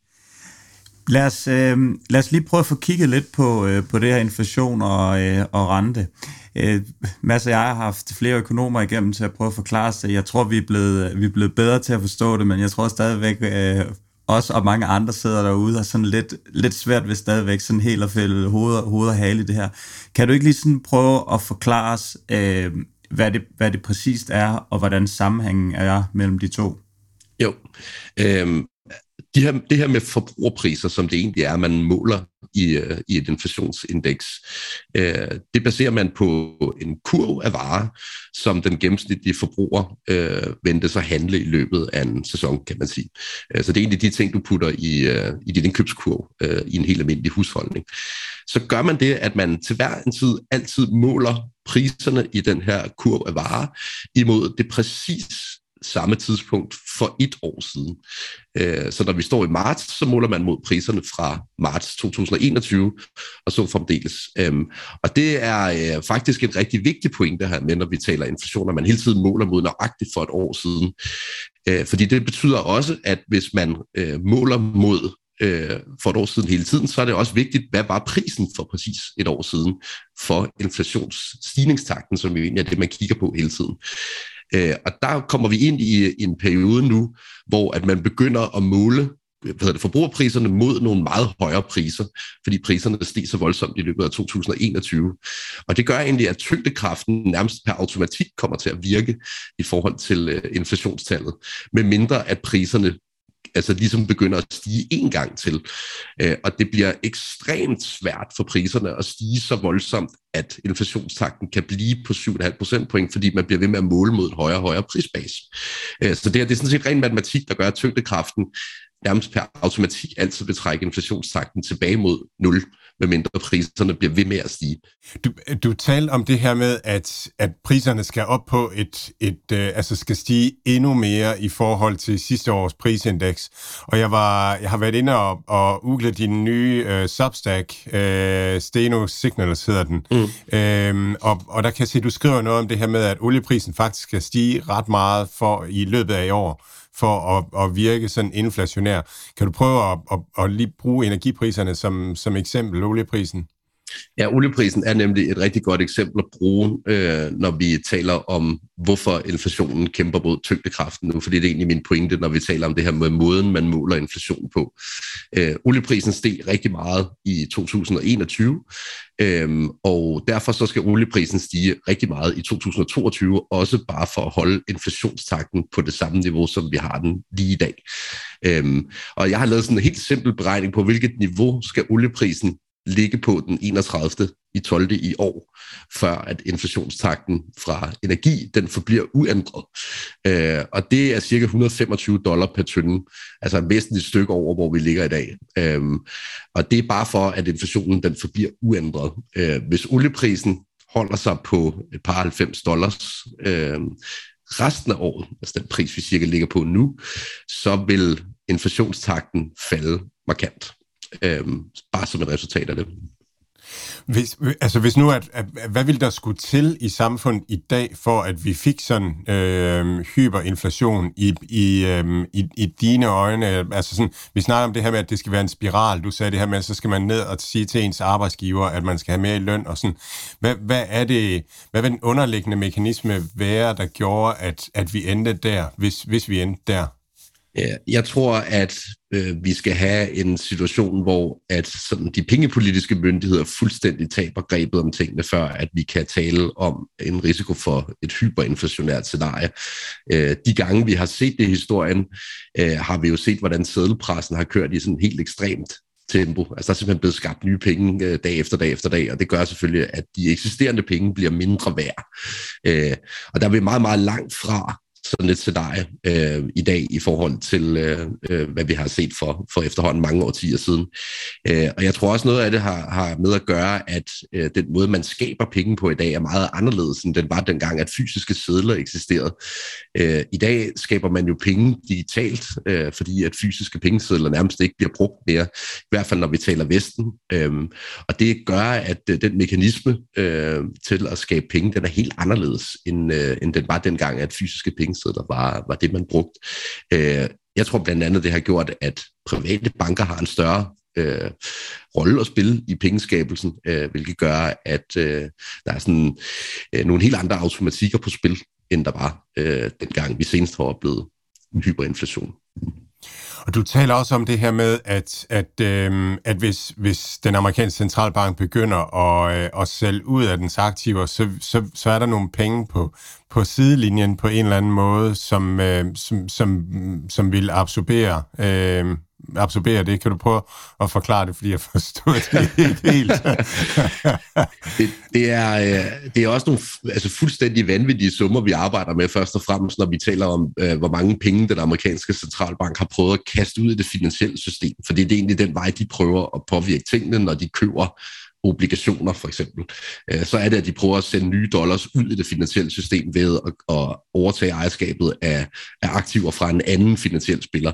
B: Lad os, øh, lad os lige prøve at få kigget lidt på, øh, på det her inflation og, øh, og rente. Øh, Mads og jeg har haft flere økonomer igennem til at prøve at forklare sig. Jeg tror, vi er blevet, vi er blevet bedre til at forstå det, men jeg tror stadigvæk, øh, os og mange andre sidder derude og sådan lidt, lidt svært ved stadigvæk sådan helt at fælde hoved, hoved og hale i det her. Kan du ikke lige sådan prøve at forklare os, øh, hvad, det, hvad det præcist er, og hvordan sammenhængen er mellem de to?
D: Jo, øhm, de her, det her med forbrugerpriser, som det egentlig er, man måler i, uh, i et inflationsindeks, uh, det baserer man på en kurv af varer, som den gennemsnitlige forbruger uh, ventes at handle i løbet af en sæson, kan man sige. Uh, så det er egentlig de ting, du putter i, uh, i din indkøbskurv uh, i en helt almindelig husholdning. Så gør man det, at man til hver en tid altid måler priserne i den her kurv af varer imod det præcis samme tidspunkt for et år siden. Så når vi står i marts, så måler man mod priserne fra marts to tusind og enogtyve, og så fremdeles. Og det er faktisk et rigtig vigtigt pointe her med, når vi taler inflation, at man hele tiden måler mod nøjagtigt for et år siden. Fordi det betyder også, at hvis man måler mod for et år siden hele tiden, så er det også vigtigt, hvad var prisen for præcis et år siden for inflationsstigningstakten, som jo egentlig er det, man kigger på hele tiden. Øh, og der kommer vi ind i en periode nu, hvor at man begynder at måle hvad hedder det, forbrugerpriserne mod nogle meget højere priser, fordi priserne steg så voldsomt i løbet af to tusind og enogtyve. Og det gør egentlig, at tyngdekraften nærmest per automatik kommer til at virke i forhold til øh, inflationstallet, med mindre at priserne altså ligesom begynder at stige en gang til. Øh, og det bliver ekstremt svært for priserne at stige så voldsomt, at inflationstakten kan blive på syv komma fem procentpoint, fordi man bliver ved med at måle mod en højere og højere prisbase. Øh, så det, her, det er sådan set ren matematik, der gør, at tyngdekraften nærmest per automatik altid vil trække inflationstakten tilbage mod nul, medmindre priserne bliver ved med at stige.
C: Du, du talte om det her med, at, at priserne skal op på et, et øh, altså skal stige endnu mere i forhold til sidste års prisindeks. Og jeg var, jeg har været inde og, og googlet din nye øh, Substack, øh, Steno Signals hedder den. Mm. Øhm, og, og der kan jeg se, at du skriver noget om det her med, at olieprisen faktisk skal stige ret meget for i løbet af i år, for at, at virke sådan inflationær. Kan du prøve at, at, at lige bruge energipriserne som, som eksempel, olieprisen?
D: Ja, olieprisen er nemlig et rigtig godt eksempel at bruge, øh, når vi taler om, hvorfor inflationen kæmper mod tyngdekraften nu, fordi det er egentlig min pointe, når vi taler om det her med måden, man måler inflation på. Øh, olieprisen steg rigtig meget i to tusind og enogtyve, øh, og derfor så skal olieprisen stige rigtig meget i to tusind og toogtyve, også bare for at holde inflationstakten på det samme niveau, som vi har den lige i dag. Øh, og jeg har lavet sådan en helt simpel beregning på, hvilket niveau skal olieprisen ligge på den enogtredivte i tolvte i år, før at inflationstakten fra energi, den forbliver uændret. Øh, og det er cirka et hundrede og femogtyve dollar per tønde, altså et væsentligt stykke over, hvor vi ligger i dag. Øh, og det er bare for, at inflationen, den forbliver uændret. Øh, hvis olieprisen holder sig på et par halvfems dollars øh, resten af året, altså den pris, vi cirka ligger på nu, så vil inflationstakten falde markant. Øhm, bare som et resultat af det.
C: Hvis, altså hvis nu, at, at, hvad ville der skulle til i samfundet i dag, for at vi fik sådan øh, hyperinflation i, i, øh, i, i dine øjne? Altså sådan, vi snakker om det her med, at det skal være en spiral. Du sagde det her med, at så skal man ned og sige til ens arbejdsgiver, at man skal have mere i løn og sådan. Hvad, hvad er det, hvad vil den underliggende mekanisme være, der gjorde, at, at vi endte der, hvis, hvis vi endte der?
D: Jeg tror, at øh, vi skal have en situation, hvor at sådan, de pengepolitiske myndigheder fuldstændig taber grebet om tingene, før at vi kan tale om en risiko for et hyperinflationært scenarie. Øh, de gange, vi har set det i historien, øh, har vi jo set, hvordan seddelpressen har kørt i sådan helt ekstremt tempo. Altså der er simpelthen blevet skabt nye penge øh, dag efter dag efter dag, og det gør selvfølgelig, at de eksisterende penge bliver mindre værd. Øh, og der er vi meget, meget langt fra sådan et scenarie øh, i dag i forhold til, øh, øh, hvad vi har set for, for efterhånden mange årtier siden. Øh, og jeg tror også, noget af det har, har med at gøre, at øh, den måde, man skaber penge på i dag, er meget anderledes, end den var dengang, at fysiske sedler eksisterede. Øh, I dag skaber man jo penge digitalt, øh, fordi at fysiske pengesedler nærmest ikke bliver brugt mere, i hvert fald når vi taler Vesten. Øh, og det gør, at øh, den mekanisme øh, til at skabe penge, den er helt anderledes, end, øh, end den var dengang, at fysiske pengesedler var, var det, man brugte. Øh, jeg tror blandt andet, det har gjort, at private banker har en større øh, rolle at spille i pengeskabelsen, øh, hvilket gør, at øh, der er sådan øh, nogle helt andre automatikker på spil, end der var øh, dengang, vi senest har oplevet hyperinflation.
C: Og du taler også om det her med, at, at, øh, at hvis, hvis den amerikanske centralbank begynder at, øh, at sælge ud af dens aktiver, så, så, så er der nogle penge på, på sidelinjen på en eller anden måde, som, øh, som, som, som vil absorbere, øh, absorbere det. Kan du prøve at forklare det, fordi jeg forstår det ikke helt?
D: det, det, er, det er også nogle altså fuldstændig vanvittige summer, vi arbejder med først og fremmest, når vi taler om, øh, hvor mange penge den amerikanske centralbank har prøvet at kaste ud i det finansielle system. For det er egentlig den vej, de prøver at påvirke tingene, når de køber obligationer for eksempel. Så er det, at de prøver at sende nye dollars ud i det finansielle system ved at, at overtage ejerskabet af, af aktiver fra en anden finansiel spiller.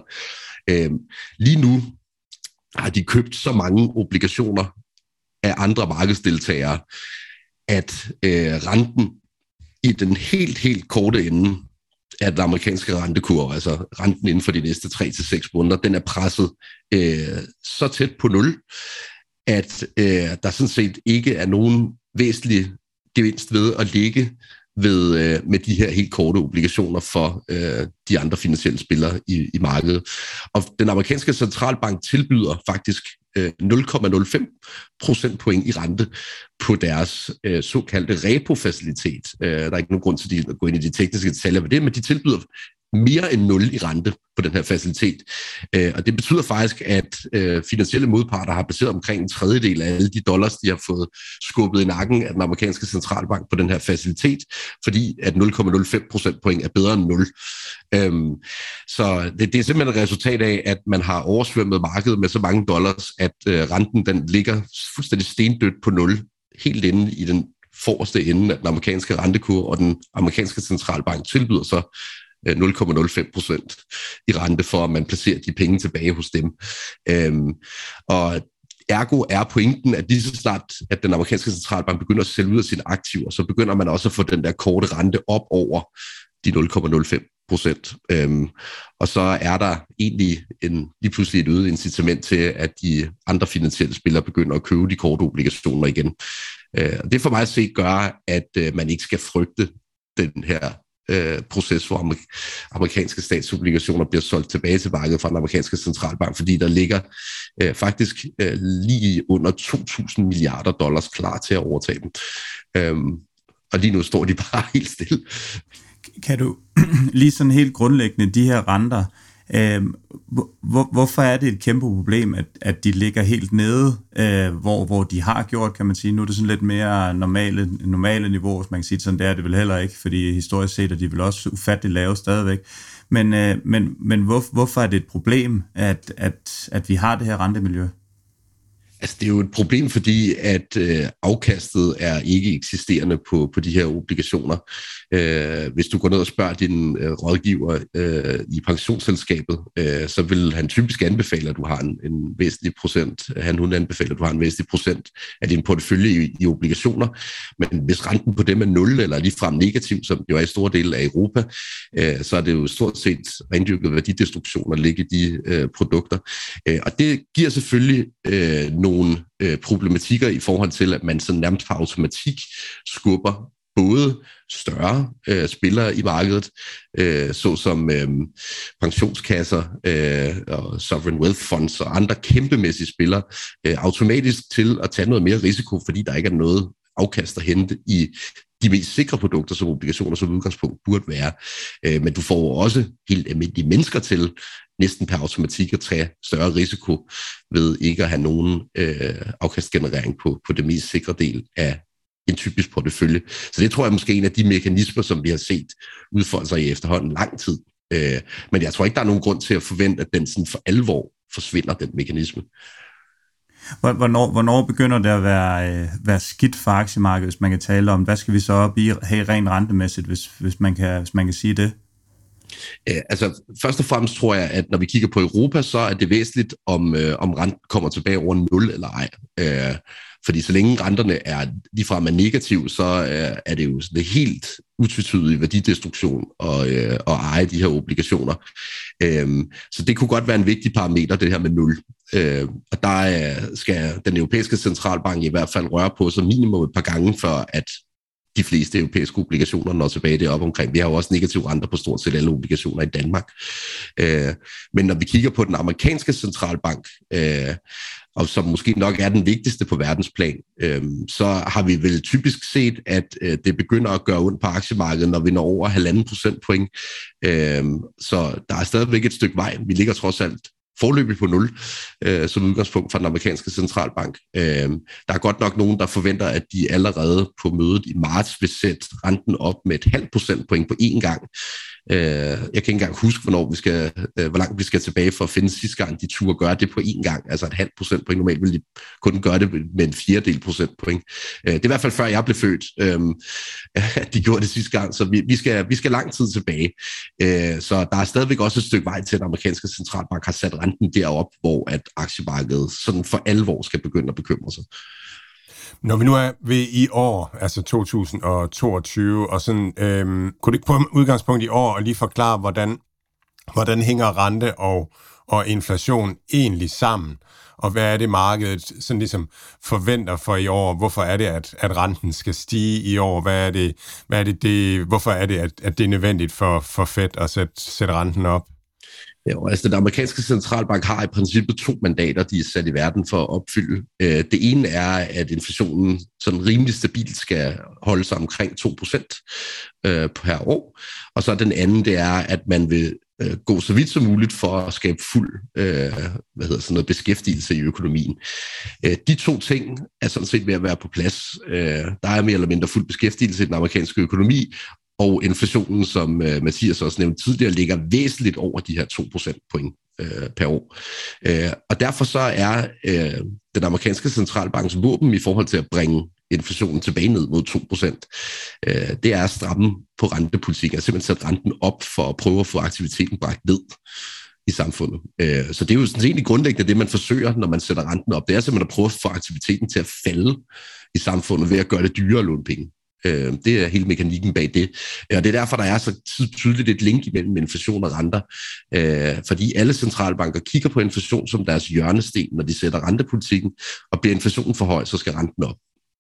D: Lige nu har de købt så mange obligationer af andre markedsdeltagere, at øh, renten i den helt, helt korte ende af den amerikanske rentekurve, altså renten inden for de næste tre til seks måneder, den er presset øh, så tæt på nul, at øh, der sådan set ikke er nogen væsentlig gevinst ved at ligge ved, øh, med de her helt korte obligationer for øh, de andre finansielle spillere i, i markedet. Og den amerikanske centralbank tilbyder faktisk øh, nul komma nul fem procentpoint i rente på deres øh, såkaldte repo-facilitet. Øh, der er ikke nogen grund til at gå ind i de tekniske detaljer med det, men de tilbyder mere end nul i rente på den her facilitet. Øh, og det betyder faktisk, at øh, finansielle modparter har baseret omkring en tredjedel af alle de dollars, de har fået skubbet i nakken af den amerikanske centralbank på den her facilitet, fordi at nul komma nul fem procentpoint er bedre end nul. Øhm, så det, det er simpelthen et resultat af, at man har oversvømmet markedet med så mange dollars, at øh, renten den ligger fuldstændig stendødt på nul, helt inde i den forreste ende af den amerikanske rentekurve, og den amerikanske centralbank tilbyder så nul komma nul fem procent i rente for, at man placerer de penge tilbage hos dem. Øhm, og ergo er pointen, at lige så snart, at den amerikanske centralbank begynder at sælge ud af sine aktiver, så begynder man også at få den der korte rente op over de nul komma nul fem procent. Øhm, og så er der egentlig en, lige pludselig et øget incitament til, at de andre finansielle spillere begynder at købe de korte obligationer igen. Øh, det for mig at se gør, at øh, man ikke skal frygte den her Øh, proces, hvor amerikanske statsobligationer bliver solgt tilbage til markedet fra den amerikanske centralbank, fordi der ligger øh, faktisk øh, lige under to tusind milliarder dollars klar til at overtage dem. Øhm, og lige nu står de bare helt stille.
B: Kan du lige sådan helt grundlæggende, de her renter, øh, hvor, hvorfor er det et kæmpe problem, at, at de ligger helt nede, øh, hvor, hvor de har gjort, kan man sige. Nu er det sådan lidt mere normale, normale niveau, hvis man kan sige sådan, det er det vel heller ikke, fordi historisk set er de vel også ufatteligt lave stadigvæk. Men, øh, men, men hvor, hvorfor er det et problem, at, at, at vi har det her rentemiljø?
D: Altså, det er jo et problem, fordi at øh, afkastet er ikke eksisterende på, på de her obligationer. Øh, hvis du går ned og spørger din øh, rådgiver øh, i pensionsselskabet, øh, så vil han typisk anbefale, at du har en, en væsentlig procent, han hun anbefaler, at du har en væsentlig procent af din portefølje i, i obligationer. Men hvis renten på dem er nul eller ligefrem negativ, som jo er i store dele af Europa, øh, så er det jo stort set rendyrket værdidestruktion at ligge i de øh, produkter. Øh, og det giver selvfølgelig øh, nogle øh, problematikker i forhold til, at man sådan nærmest par automatik skubber både større øh, spillere i markedet, øh, såsom øh, pensionskasser øh, og sovereign wealth funds og andre kæmpemæssige spillere, øh, automatisk til at tage noget mere risiko, fordi der ikke er noget afkast at hente i de mest sikre produkter, som obligationer som udgangspunkt burde være. Øh, men du får også helt almindelige mennesker til næsten per automatik at tage større risiko ved ikke at have nogen øh, afkastgenerering på, på det mest sikre del af en typisk portefølje. Så det tror jeg måske er en af de mekanismer, som vi har set udfolde sig i efterhånden lang tid. Øh, men jeg tror ikke, der er nogen grund til at forvente, at den sådan for alvor forsvinder, den mekanisme.
B: Hvornår, hvornår begynder det at være, øh, være skidt for aktiemarkedet, hvis man kan tale om, hvad skal vi så op i, have rent rentemæssigt, hvis, hvis, man kan, hvis man kan sige det?
D: Øh, altså, først og fremmest tror jeg, at når vi kigger på Europa, så er det væsentligt, om, øh, om renten kommer tilbage over nul eller ej. Øh, fordi så længe renterne er ligefrem er negativ, så øh, er det jo sådan helt utvetydig værdidestruktion og, øh, og eje de her obligationer. Øh, så det kunne godt være en vigtig parameter, det her med nul. Øh, og der øh, skal den europæiske centralbank i hvert fald røre på sig minimum et par gange, for at de fleste europæiske obligationer når tilbage deroppe omkring. Vi har jo også negative renter på stort set alle obligationer i Danmark. Øh, men når vi kigger på den amerikanske centralbank, øh, og som måske nok er den vigtigste på verdensplan, øh, så har vi vel typisk set, at øh, det begynder at gøre ondt på aktiemarkedet, når vi når over halvanden procentpoint. Øh, så der er stadigvæk et stykke vej. Vi ligger trods alt forløbig på nul, øh, som udgangspunkt for den amerikanske centralbank. Øh, der er godt nok nogen, der forventer, at de allerede på mødet i marts vil sætte renten op med et halvt procentpoint på én gang. Øh, jeg kan ikke engang huske, hvornår vi skal, øh, hvor langt vi skal tilbage for at finde sidste gang, de turde gøre det på én gang. Altså et halvt procentpoint. Normalt ville de kun gøre det med en fjerdedel procentpoint. Øh, det er i hvert fald før jeg blev født, øh, at de gjorde det sidste gang, så vi, vi, skal, vi skal lang tid tilbage. Øh, så der er stadigvæk også et stykke vej til, at den amerikanske centralbank har sat renten derop, hvor at aktiemarkedet sådan for alvor skal begynde at bekymre sig.
C: Når vi nu er ved i år, altså to tusind toogtyve, og sådan, øhm, kunne du ikke på udgangspunkt i år og lige forklare, hvordan, hvordan hænger rente og, og inflation egentlig sammen? Og hvad er det, markedet sådan ligesom forventer for i år? Hvorfor er det, at, at renten skal stige i år? Hvad er det, hvad er det, det, hvorfor er det, at, at det er nødvendigt for, for Fed at sætte, sætte renten op?
D: Ja, altså den amerikanske centralbank har i princippet to mandater, de er sat i verden for at opfylde. Det ene er, at inflationen sådan rimelig stabilt skal holde sig omkring to procent per år. Og så den anden, det er, at man vil gå så vidt som muligt for at skabe fuld hvad hedder sådan noget, beskæftigelse i økonomien. De to ting er sådan set ved at være på plads. Der er mere eller mindre fuld beskæftigelse i den amerikanske økonomi, og inflationen, som uh, Mathias også nævnte tidligere, ligger væsentligt over de her to procentpoint uh, per år. Uh, og derfor så er uh, den amerikanske centralbanks våben i forhold til at bringe inflationen tilbage ned mod to procent, uh, det er at stramme på rentepolitikken, altså simpelthen sætte renten op for at prøve at få aktiviteten bragt ned i samfundet. Uh, så det er jo sådan egentlig grundlæggende det, man forsøger, når man sætter renten op. Det er simpelthen at prøve at få aktiviteten til at falde i samfundet ved at gøre det dyrere at låne penge. Det er hele mekanikken bag det. Og det er derfor, der er så tydeligt et link imellem inflation og renter. Fordi alle centralbanker kigger på inflation som deres hjørnesten, når de sætter rentepolitikken, og bliver inflationen for høj, så skal renten op.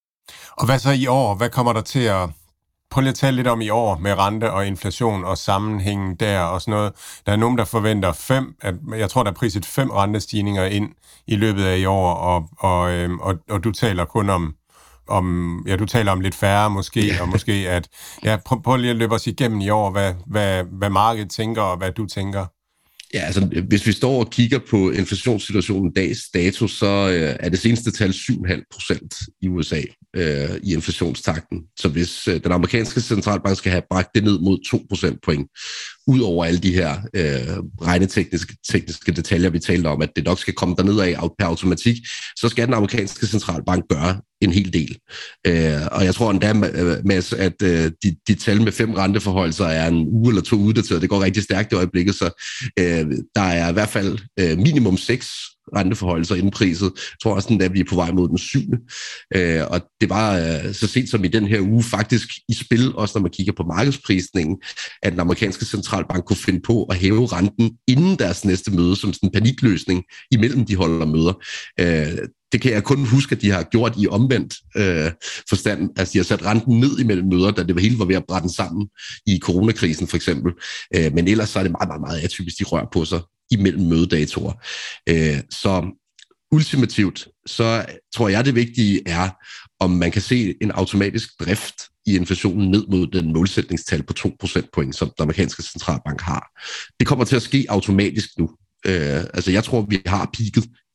C: Og hvad så i år? Hvad kommer der til at... Prøv lige at tale lidt om i år med rente og inflation og sammenhængen der og sådan noget. Der er nogen, der forventer fem, at jeg tror, der er priset fem rentestigninger ind i løbet af i år, og, og, og, og du taler kun om om, ja, du taler om lidt færre måske, og måske at, ja, prøv, prøv lige at løbe os igennem i år, hvad, hvad, hvad markedet tænker, og hvad du tænker.
D: Ja, altså hvis vi står og kigger på inflationssituationen dags dato, så øh, er det seneste tal syv komma fem procent i U S A øh, i inflationstakten. Så hvis øh, den amerikanske centralbank skal have bragt det ned mod to procentpoint, ud over alle de her øh, regnetekniske tekniske detaljer, vi talte om, at det nok skal komme derned af per automatik, så skal den amerikanske centralbank gøre en hel del. Øh, og jeg tror endda, Mads, at øh, de, de tal med fem renteforholdelser er en uge eller to uddateret. Det går rigtig stærkt i øjeblikket, så øh, der er i hvert fald øh, minimum seks renteforholdelser indpriset. Jeg tror også, at vi er på vej mod den syvende. Øh, og det var øh, så sent som i den her uge faktisk i spil, også når man kigger på markedsprisningen, at den amerikanske centralbank kunne finde på at hæve renten inden deres næste møde, som sådan en panikløsning imellem de holder møder. Øh, Det kan jeg kun huske, at de har gjort i omvendt øh, forstand. Altså, de har sat renten ned imellem møder, da det hele var ved at brænde sammen i coronakrisen for eksempel. Øh, men ellers så er det meget, meget, meget atypisk, de rører på sig imellem mødedatorer. Øh, så ultimativt, så tror jeg, det vigtige er, om man kan se en automatisk drift i inflationen ned mod den målsætningstal på to procentpoint, som den amerikanske centralbank har. Det kommer til at ske automatisk nu. Øh, altså, jeg tror, vi har peaket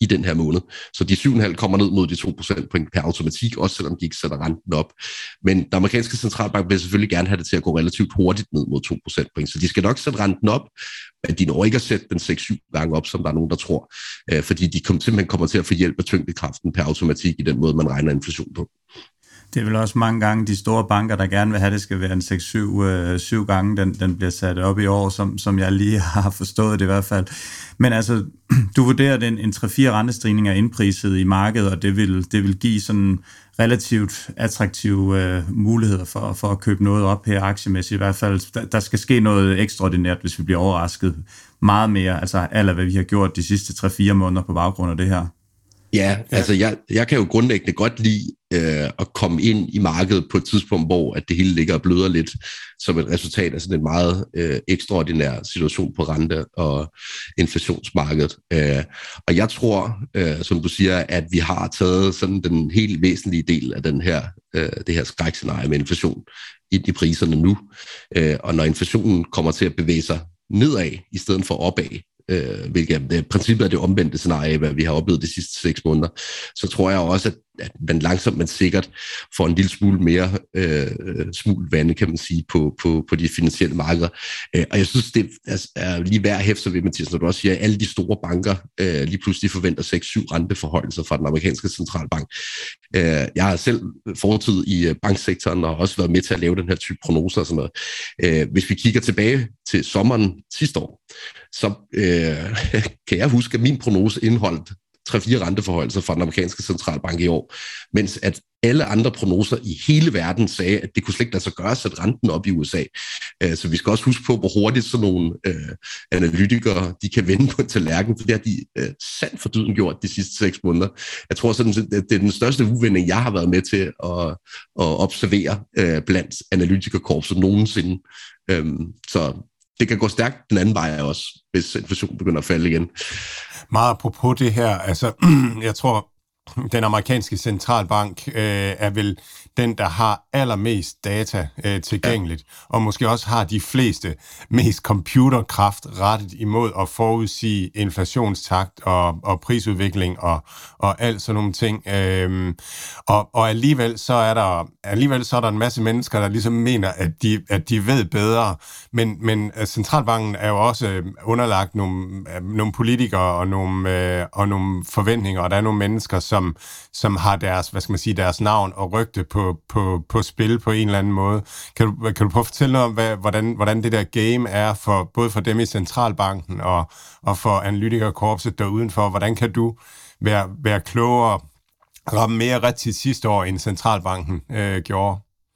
D: i den her måned. Så de syv komma fem kommer ned mod de to procentpoint per automatik, også selvom de ikke sætter renten op. Men den amerikanske centralbank vil selvfølgelig gerne have det til at gå relativt hurtigt ned mod to procentpoint, så de skal nok sætte renten op, men de når ikke at sætte den seks syv gange op, som der er nogen, der tror, øh, fordi de kom, simpelthen kommer til at få hjælp af tyngdekraften per automatik i den måde, man regner inflation på.
B: Det er vel også mange gange de store banker, der gerne vil have, det skal være en seks syv gange, den, den bliver sat op i år, som, som jeg lige har forstået det i hvert fald. Men altså, du vurderer, at en, en tre fire rentestigninger er indpriset i markedet, og det vil, det vil give sådan relativt attraktive øh, muligheder for, for at købe noget op her aktiemæssigt. I hvert fald, der, der skal ske noget ekstraordinært, hvis vi bliver overrasket meget mere, altså alt hvad vi har gjort de sidste tre fire måneder på baggrund af det her.
D: Ja, altså jeg, jeg kan jo grundlæggende godt lide øh, at komme ind i markedet på et tidspunkt, hvor at det hele ligger og bløder lidt, som et resultat af sådan en meget øh, ekstraordinær situation på rente- og inflationsmarkedet. Øh, og jeg tror, øh, som du siger, at vi har taget sådan den helt væsentlige del af den her, øh, det her skrækscenarie med inflation ind i priserne nu. Øh, og når inflationen kommer til at bevæge sig nedad i stedet for opad, Øh, hvilket det, princippet er det omvendte scenarie, hvad vi har oplevet de sidste seks måneder, så tror jeg også, at, at man langsomt, men sikkert får en lille smule mere øh, smule vande, kan man sige, på, på, på de finansielle markeder. Øh, og jeg synes, det er, er lige værd at hæfte sig ved, Mathias, når du også siger, at alle de store banker øh, lige pludselig forventer seks syv renteforholdelser fra den amerikanske centralbank. Øh, jeg har selv fortid i banksektoren og også været med til at lave den her type prognoser og sådan noget. Øh, hvis vi kigger tilbage til sommeren sidste år, så øh, kan jeg huske, at min prognose indeholdt tre fire renteforholdelser fra den amerikanske centralbank i år, mens at alle andre prognoser i hele verden sagde, at det kunne slet ikke lade sig gøre at sætte renten op i U S A. Øh, så vi skal også huske på, hvor hurtigt sådan nogle øh, analytikere, de kan vende på en tallerken, for det har de øh, sandt for dyden gjort de sidste seks måneder. Jeg tror sådan, det er den største uvending, jeg har været med til at, at observere øh, blandt analytikerkorpset nogensinde. Øh, så det kan gå stærkt den anden vej også, hvis inflationen begynder at falde igen.
C: Meget apropos det her, altså jeg tror, den amerikanske centralbank øh, er vel den, der har allermest data øh, tilgængeligt, ja. Og måske også har de fleste mest computerkraft rettet imod at forudsige inflationstakt og, og prisudvikling og, og alt sådan nogle ting. Øhm, og, og alligevel så er der alligevel så er der en masse mennesker, der ligesom mener, at de, at de ved bedre. Men, men centralbanken er jo også underlagt nogle, nogle politikere og nogle, øh, og nogle forventninger, og der er nogle mennesker, som, som har deres, hvad skal man sige, deres navn og rygte på På, på spil på en eller anden måde. Kan du, kan du prøve at fortælle noget om, hvad, hvordan, hvordan det der game er, for, både for dem i centralbanken og, og for analytikerkorpset derudenfor? Hvordan kan du være, være klogere, ramme mere ret til sidste år, end centralbanken øh, gjorde?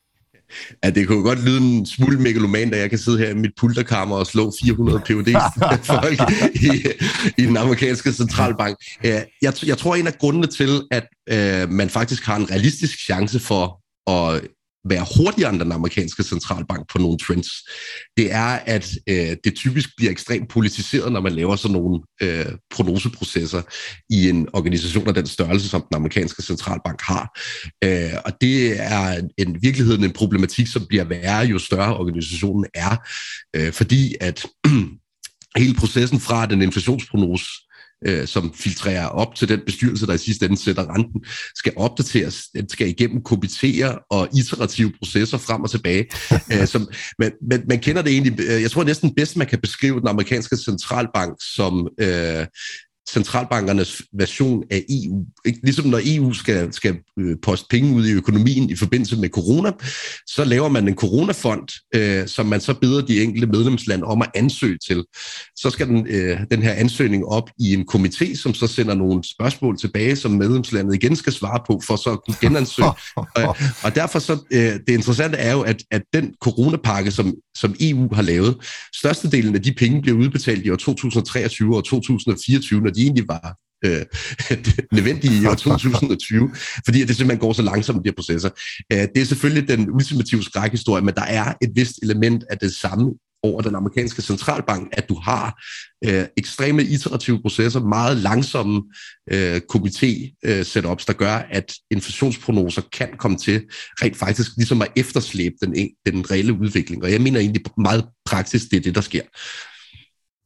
D: Ja, det kunne godt lyde en smule megaloman, da jeg kan sidde her i mit pulterkammer og slå fire hundrede P H D-folk i, i den amerikanske centralbank. Jeg, jeg tror, en af grundene til, at øh, man faktisk har en realistisk chance for at være hurtigere end den amerikanske centralbank på nogle trends, det er, at øh, det typisk bliver ekstremt politiseret, når man laver sådan nogle øh, prognoseprocesser i en organisation af den størrelse, som den amerikanske centralbank har. Øh, og det er en virkeligheden en problematik, som bliver værre, jo større organisationen er, øh, fordi at hele processen fra den inflationsprognose, øh, som filtrerer op til den bestyrelse, der i sidste ende sætter renten, skal opdateres, den skal igennem komiteer og iterative processer frem og tilbage. øh, som, man, man, man kender det egentlig, jeg tror næsten bedst, man kan beskrive den amerikanske centralbank som øh, centralbankernes version af E U. Ikke? Ligesom når E U skal, skal poste penge ud i økonomien i forbindelse med corona, så laver man en coronafond, øh, som man så beder de enkelte medlemslande om at ansøge til. Så skal den, øh, den her ansøgning op i en komité, som så sender nogle spørgsmål tilbage, som medlemslandet igen skal svare på, for så at kunne genansøge. og, og derfor så, øh, det interessante er jo, at, at den coronapakke, som, som E U har lavet, størstedelen af de penge bliver udbetalt i år to tusind og treogtyve og to tusind og fireogtyve, når de egentlig var øh, nødvendige i år to tusind og tyve, fordi det simpelthen går så langsomt, de her processer. Øh, det er selvfølgelig den ultimative skrækhistorie, men der er et vist element af det samme over den amerikanske centralbank, at du har øh, ekstreme iterative processer, meget langsomme øh, komité-setups, der gør, at inflationsprognoser kan komme til rent faktisk ligesom at efterslæbe den, den reelle udvikling. Og jeg mener egentlig meget praktisk, det er det, der sker.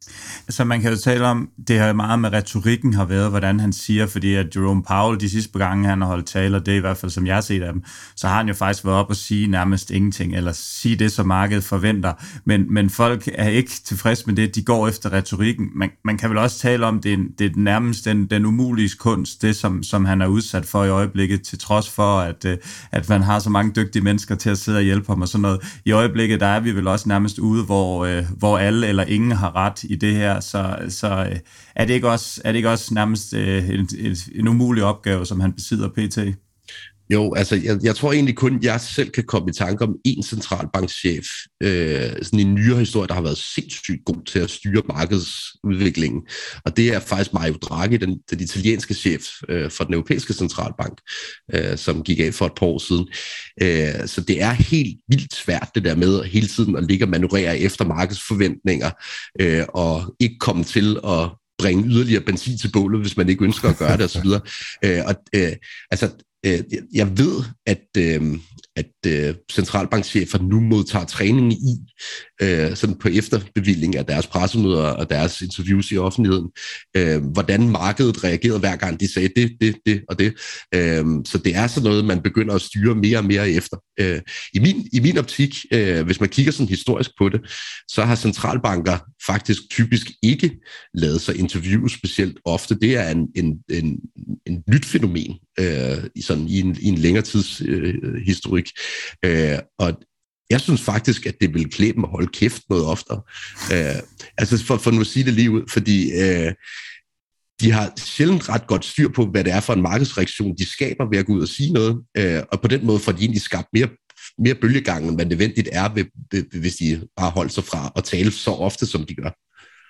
B: Så man kan jo tale om, det har meget med retorikken har været, hvordan han siger, fordi at Jerome Powell de sidste par gange, han har holdt taler, det er i hvert fald, som jeg har set af dem, så har han jo faktisk været op og sige nærmest ingenting, eller sige det, som markedet forventer. Men, men folk er ikke tilfredse med det, de går efter retorikken. Man, man kan vel også tale om, det er, det er nærmest den, den umulige kunst, det som, som han er udsat for i øjeblikket, til trods for, at, at man har så mange dygtige mennesker til at sidde og hjælpe ham og sådan noget. I øjeblikket, der er vi vel også nærmest ude, hvor, hvor alle eller ingen har ret i det her, så, så er, det ikke også, er det ikke også nærmest øh, en, en, en umulig opgave, som han besidder pt?
D: Jo, altså jeg, jeg tror egentlig kun, jeg selv kan komme i tanke om en centralbankchef, øh, sådan en nyere historie, der har været sindssygt god til at styre markedsudviklingen. Og det er faktisk Mario Draghi, den, den italienske chef øh, for den europæiske centralbank, øh, som gik af for et par år siden. Øh, så det er helt vildt svært det der med hele tiden at ligge og manøvrere efter markedsforventninger, øh, og ikke komme til at bringe yderligere benzin til bålet, hvis man ikke ønsker at gøre det osv. Øh, og øh, altså jeg ved, at, øh, at øh, centralbankchefer nu modtager træning i, øh, sådan på efterbevilling af deres pressemøder og deres interviews i offentligheden, øh, hvordan markedet reagerede hver gang de sagde det, det, det og det. Øh, så det er sådan noget, man begynder at styre mere og mere efter. Øh, i, min, I min optik, øh, hvis man kigger sådan historisk på det, så har centralbanker faktisk typisk ikke lavet sig interviews specielt ofte. Det er en, en, en, en nyt fænomen, øh, sådan i en, i en længere tids øh, historik. Øh, og jeg synes faktisk, at det vil klæde dem at holde kæft noget oftere. Øh, altså for, for nu at sige det lige ud, fordi øh, de har sjældent ret godt styr på, hvad det er for en markedsreaktion, de skaber ved at gå ud og sige noget, øh, og på den måde får de egentlig skabt mere mere bølgegang, end hvad nødvendigt er, ved, ved, hvis de bare holder sig fra at tale så ofte, som de gør.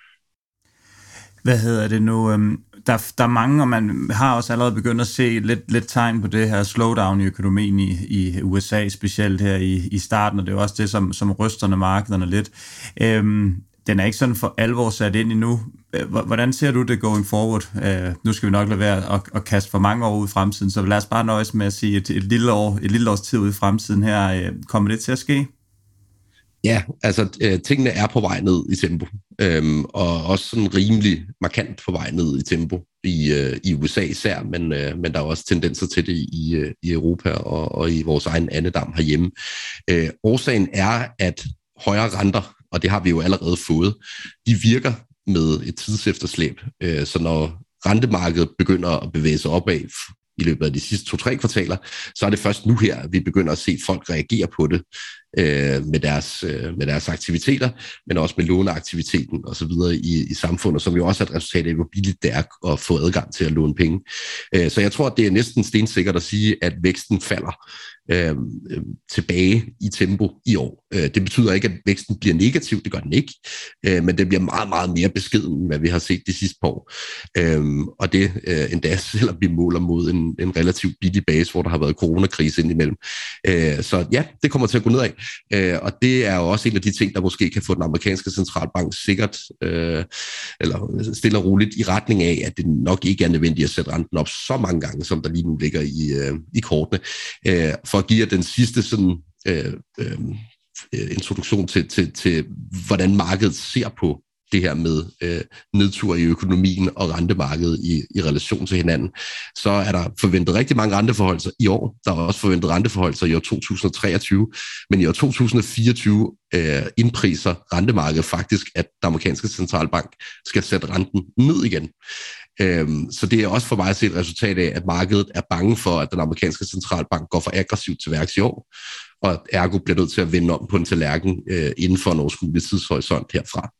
B: Hvad hedder det nu? Der, der er mange, og man har også allerede begyndt at se lidt, lidt tegn på det her slowdown i økonomien i, i U S A, specielt her i, i starten, og det er også det, som, som rysterne markederne lidt. Øhm, den er ikke sådan for alvor sat ind endnu. Hvordan ser du det going forward? Uh, nu skal vi nok lade være at, at kaste for mange år ud i fremtiden, så lad os bare nøjes med at sige et, et, lille, år, et lille års tid ud i fremtiden her. Uh, kommer det til at ske?
D: Ja, altså øh, tingene er på vej ned i tempo, øhm, og også sådan rimelig markant på vej ned i tempo i, øh, i U S A især, men, øh, men der er også tendenser til det i, øh, i Europa og, og i vores egen andedam herhjemme. Øh, årsagen er, at højere renter, og det har vi jo allerede fået, de virker med et tidsefterslæb, øh, så når rentemarkedet begynder at bevæge sig opad i løbet af de sidste to-tre kvartaler, så er det først nu her, at vi begynder at se folk reagere på det øh, med, deres, øh, med deres aktiviteter, men også med låneaktiviteten og så videre i, i samfundet, som jo også er et resultat af, hvor billigt det er at få adgang til at låne penge. Øh, så jeg tror, at det er næsten stensikkert at sige, at væksten falder øh, tilbage i tempo i år. Øh, det betyder ikke, at væksten bliver negativ, det gør den ikke, øh, men det bliver meget, meget mere beskeden, end hvad vi har set de sidste par år. Øh, og det øh, endda, selvom vi måler mod en, en relativt billig base, hvor der har været coronakrise indimellem. Øh, så ja, det kommer til at gå nedad. Øh, og det er jo også en af de ting, der måske kan få den amerikanske centralbank sikkert, øh, eller stille og roligt i retning af, at det nok ikke er nødvendigt at sætte renten op så mange gange, som der lige nu ligger i, øh, i kortene. Øh, for at give jer den sidste sådan, øh, øh, introduktion til, til, til, hvordan markedet ser på det her med øh, nedtur i økonomien og rentemarkedet i, i relation til hinanden, så er der forventet rigtig mange renteforholdelser i år. Der er også forventet renteforholdelser i år to tusind treogtyve, men i år to tusind fireogtyve øh, indpriser rentemarkedet faktisk, at den amerikanske centralbank skal sætte renten ned igen. Øhm, så det er også for mig at se et resultat af, at markedet er bange for, at den amerikanske centralbank går for aggressivt til værks i år, og ergo bliver nødt til at vende om på en tallerken øh, inden for en overskuelig tidshorisont herfra.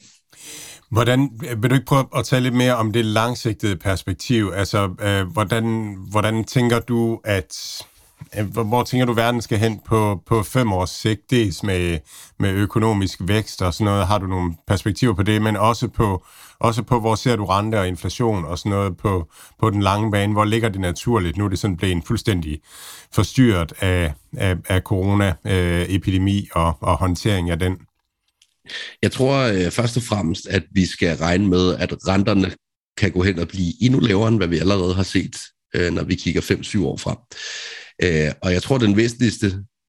C: Hvordan, vil du ikke prøve at tale lidt mere om det langsigtede perspektiv? Altså, øh, hvordan, hvordan tænker du, at øh, hvor tænker du, verden skal hen på, på fem års sigt? Dels med, med økonomisk vækst og sådan noget. Har du nogle perspektiver på det, men også på, også på hvor ser du rente og inflation og sådan noget på, på den lange bane? Hvor ligger det naturligt? Nu er det sådan blevet en fuldstændig forstyrret af, af, af corona-epidemi øh, og, og håndtering af den.
D: Jeg tror øh, først og fremmest, at vi skal regne med, at renterne kan gå hen og blive endnu lavere, end hvad vi allerede har set, øh, når vi kigger fem til syv år frem. Øh, og jeg tror, at den væsentligste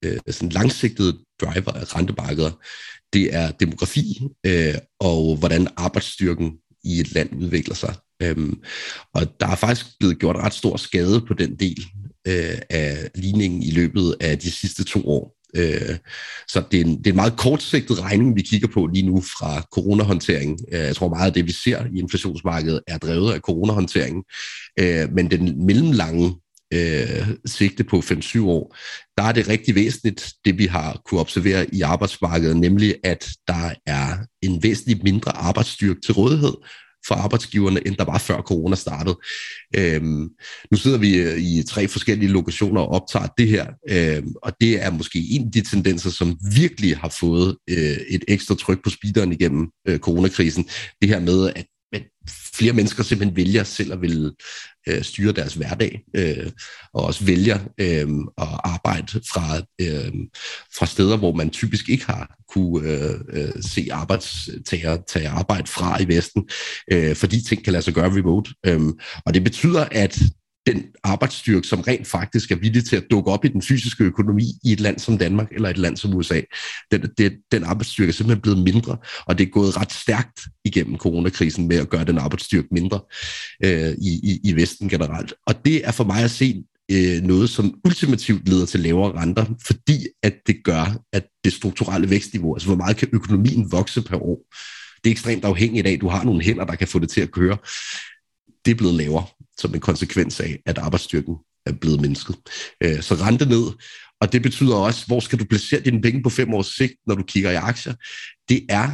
D: øh, sådan langsigtede driver af rentemarkeder, det er demografi øh, og hvordan arbejdsstyrken i et land udvikler sig. Øhm, og der er faktisk blevet gjort ret stor skade på den del øh, af ligningen i løbet af de sidste to år. Øh, så det er, en, det er en meget kortsigtet regning, vi kigger på lige nu fra coronahåndteringen. Øh, jeg tror meget af det, vi ser i inflationsmarkedet, er drevet af coronahåndteringen. Øh, men den mellemlange øh, sigte på fem til syv år, der er det rigtig væsentligt, det vi har kunne observere i arbejdsmarkedet, nemlig at der er en væsentligt mindre arbejdsstyrke til rådighed for arbejdsgiverne, end der var før corona startede. Øhm, nu sidder vi i tre forskellige lokationer og optager det her, øhm, og det er måske en af de tendenser, som virkelig har fået øh, et ekstra tryk på speederen igennem øh, coronakrisen. Det her med, at, at flere mennesker simpelthen vælger selv at ville øh, styre deres hverdag, øh, og også vælger øh, at arbejde fra, øh, fra steder, hvor man typisk ikke har kunne øh, øh, se arbejdstagere tage arbejde fra i Vesten, øh, fordi ting kan lade sig gøre remote. Øhm, og det betyder, at den arbejdsstyrke, som rent faktisk er villig til at dukke op i den fysiske økonomi i et land som Danmark eller et land som U S A, den, den, den arbejdsstyrke er simpelthen blevet mindre, og det er gået ret stærkt igennem coronakrisen med at gøre den arbejdsstyrke mindre øh, i, i, i Vesten generelt. Og det er for mig at se øh, noget, som ultimativt leder til lavere renter, fordi at det gør, at det strukturelle vækstniveau, altså hvor meget kan økonomien vokse per år, det er ekstremt afhængigt af, at du har nogle hænder, der kan få det til at køre. Det er blevet lavere som en konsekvens af, at arbejdsstyrken er blevet mindsket. Så rente ned, og det betyder også, hvor skal du placere dine penge på fem års sigt, når du kigger i aktier? Det er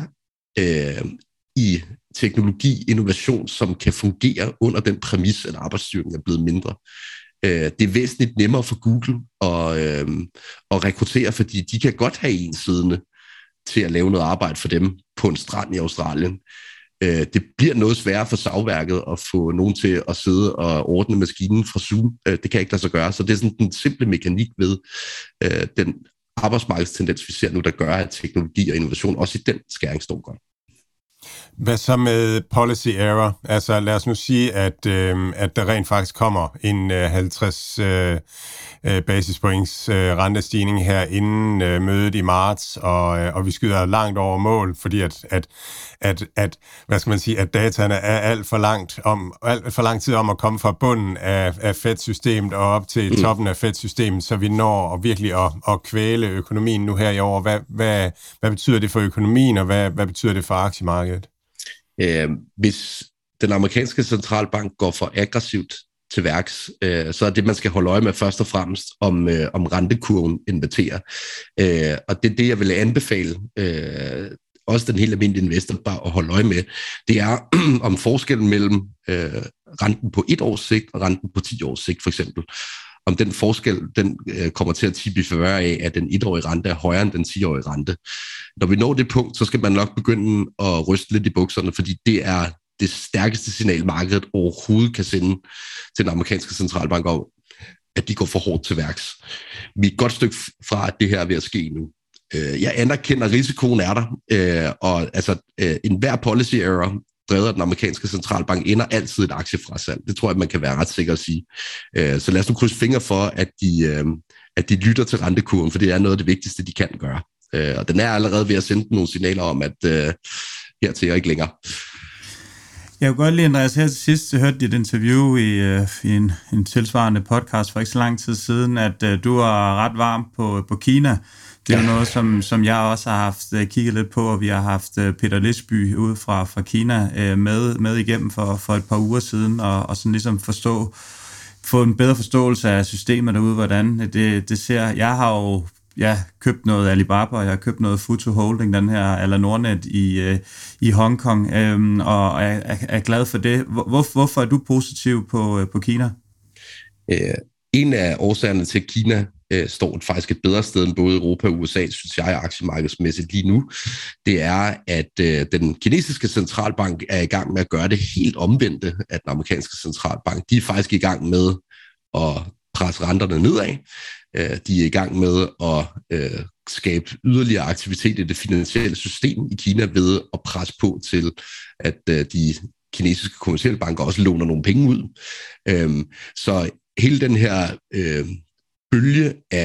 D: øh, i teknologi, innovation, som kan fungere under den præmis, at arbejdsstyrken er blevet mindre. Øh, det er væsentligt nemmere for Google at, øh, at rekruttere, fordi de kan godt have en siddende til at lave noget arbejde for dem på en strand i Australien. Det bliver noget sværere for savværket at få nogen til at sidde og ordne maskinen fra Zoom. Det kan ikke lade sig gøre. Så det er sådan den simple mekanik ved øh, den arbejdsmarkedstendens, vi ser nu, der gør, at teknologi og innovation også i den skæring står godt.
C: Hvad så med policy error? Altså lad os nu sige, at, øh, at der rent faktisk kommer en øh, halvtreds øh, basispoints øh, rentestigning her inden øh, mødet i marts, og, øh, og vi skyder langt over mål, fordi at, at, at, at hvad skal man sige, at dataene er alt for langt om alt for lang tid om at komme fra bunden af, af Fed-systemet og op til mm. toppen af Fed-systemet, så vi når at virkelig at, at kvæle økonomien nu her i år. Hvad, hvad, hvad betyder det for økonomien, og hvad, hvad betyder det for aktiemarkedet?
D: Øh, hvis den amerikanske centralbank går for aggressivt til værks, øh, så er det, man skal holde øje med først og fremmest, om, øh, om rentekurven inverterer. Øh, og det er det, jeg vil anbefale øh, også den helt almindelige investor bare at holde øje med. Det er om forskellen mellem øh, renten på et års sigt og renten på ti års sigt for eksempel. Om den forskel den øh, kommer til at tippe i favør af, at den etårige rente er højere end den ti-årige rente. Når vi når det punkt, så skal man nok begynde at ryste lidt i bukserne, fordi det er det stærkeste signal, markedet overhovedet kan sende til den amerikanske centralbank om, at de går for hårdt til værks. Vi er et godt stykke fra, at det her er ved at ske nu. Jeg anerkender, at risikoen er der, og altså enhver policy error drevet af den amerikanske centralbank ender altid et aktiefrasalg. Det tror jeg, man kan være ret sikker at sige. Så lad os nu krydse fingre for, at de, at de lytter til rentekurven, for det er noget af det vigtigste, de kan gøre. Og den er allerede ved at sende nogle signaler om, at hertil er ikke længere.
B: Jeg kunne godt lide, Andreas, her til sidst, jeg hørte dit interview i, i en, en tilsvarende podcast for ikke så lang tid siden, at uh, du er ret varm på, på Kina. Det er ja. noget, som, som jeg også har haft uh, kigget lidt på, og vi har haft uh, Peter Lisby ude fra, fra Kina uh, med, med igennem for, for et par uger siden, og, og sådan ligesom forstå, få en bedre forståelse af systemet derude, hvordan det, det ser. Jeg har jo Jeg har købt noget Alibaba, og jeg har købt noget Futu Holding, den her Ala Nordnet i, øh, i Hongkong, øhm, og er, er, er glad for det. Hvor, hvorfor er du positiv på, på Kina?
D: Øh, en af årsagerne til, at Kina øh, står faktisk et bedre sted end både Europa og U S A, synes jeg, aktiemarkedsmæssigt lige nu, det er, at øh, den kinesiske centralbank er i gang med at gøre det helt omvendte af den amerikanske centralbank. De er faktisk i gang med at presse renterne nedad. De er i gang med at øh, skabe yderligere aktivitet i det finansielle system i Kina ved at presse på til, at øh, de kinesiske kommercielle banker også låner nogle penge ud. Øhm, så hele den her øh, bølge af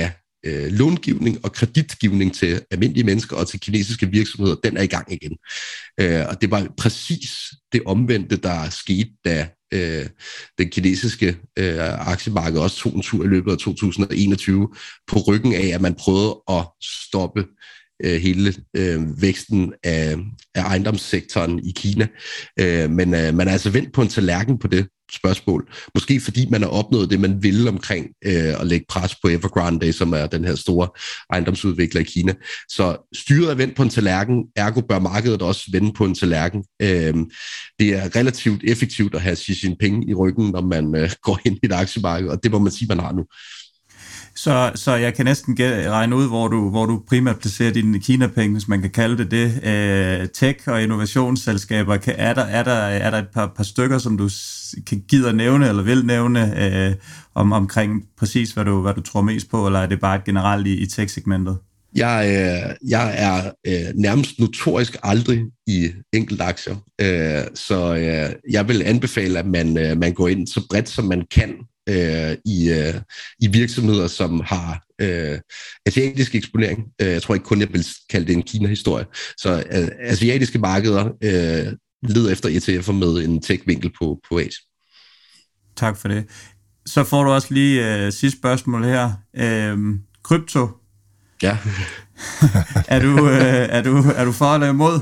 D: øh, långivning og kreditgivning til almindelige mennesker og til kinesiske virksomheder, den er i gang igen. Øh, og det var præcis det omvendte, der skete, da øh, den kinesiske øh, aktiemarked også tog en tur i løbet af to tusind og enogtyve på ryggen af, at man prøvede at stoppe øh, hele øh, væksten af, af ejendomssektoren i Kina. Øh, men øh, man er altså vendt på en tallerken på det spørgsmål. Måske fordi man har opnået det, man ville omkring øh, at lægge pres på Evergrande, som er den her store ejendomsudvikler i Kina. Så styret er vendt på en tallerken, ergo bør markedet også vende på en tallerken. Øh, det er relativt effektivt at have Xi Jinping i ryggen, når man øh, går ind i et aktiemarked, og det må man sige, man har nu.
B: Så, så jeg kan næsten regne ud, hvor du, hvor du primært placerer dine Kina-penge, hvis man kan kalde det det. Øh, tech- og innovationsselskaber, kan, er, der, er, der, er der et par, par stykker, som du kan gider nævne eller vil nævne øh, om, omkring præcis, hvad du, hvad du tror mest på, eller er det bare et generelt i, i tech-segmentet?
D: Jeg, øh, jeg er øh, nærmest notorisk aldrig i enkeltaktier, øh, så øh, jeg vil anbefale, at man, øh, man går ind så bredt, som man kan øh, i, øh, i virksomheder, som har øh, asiatisk eksponering. Øh, jeg tror ikke kun, jeg vil kalde det en Kina-historie. Så øh, asiatiske markeder øh, leder efter E T F'er med en tech-vinkel på, på Asien.
B: Tak for det. Så får du også lige øh, sidste spørgsmål her. Øh, krypto.
D: Ja.
B: er, du, øh, er, du, er du for eller imod?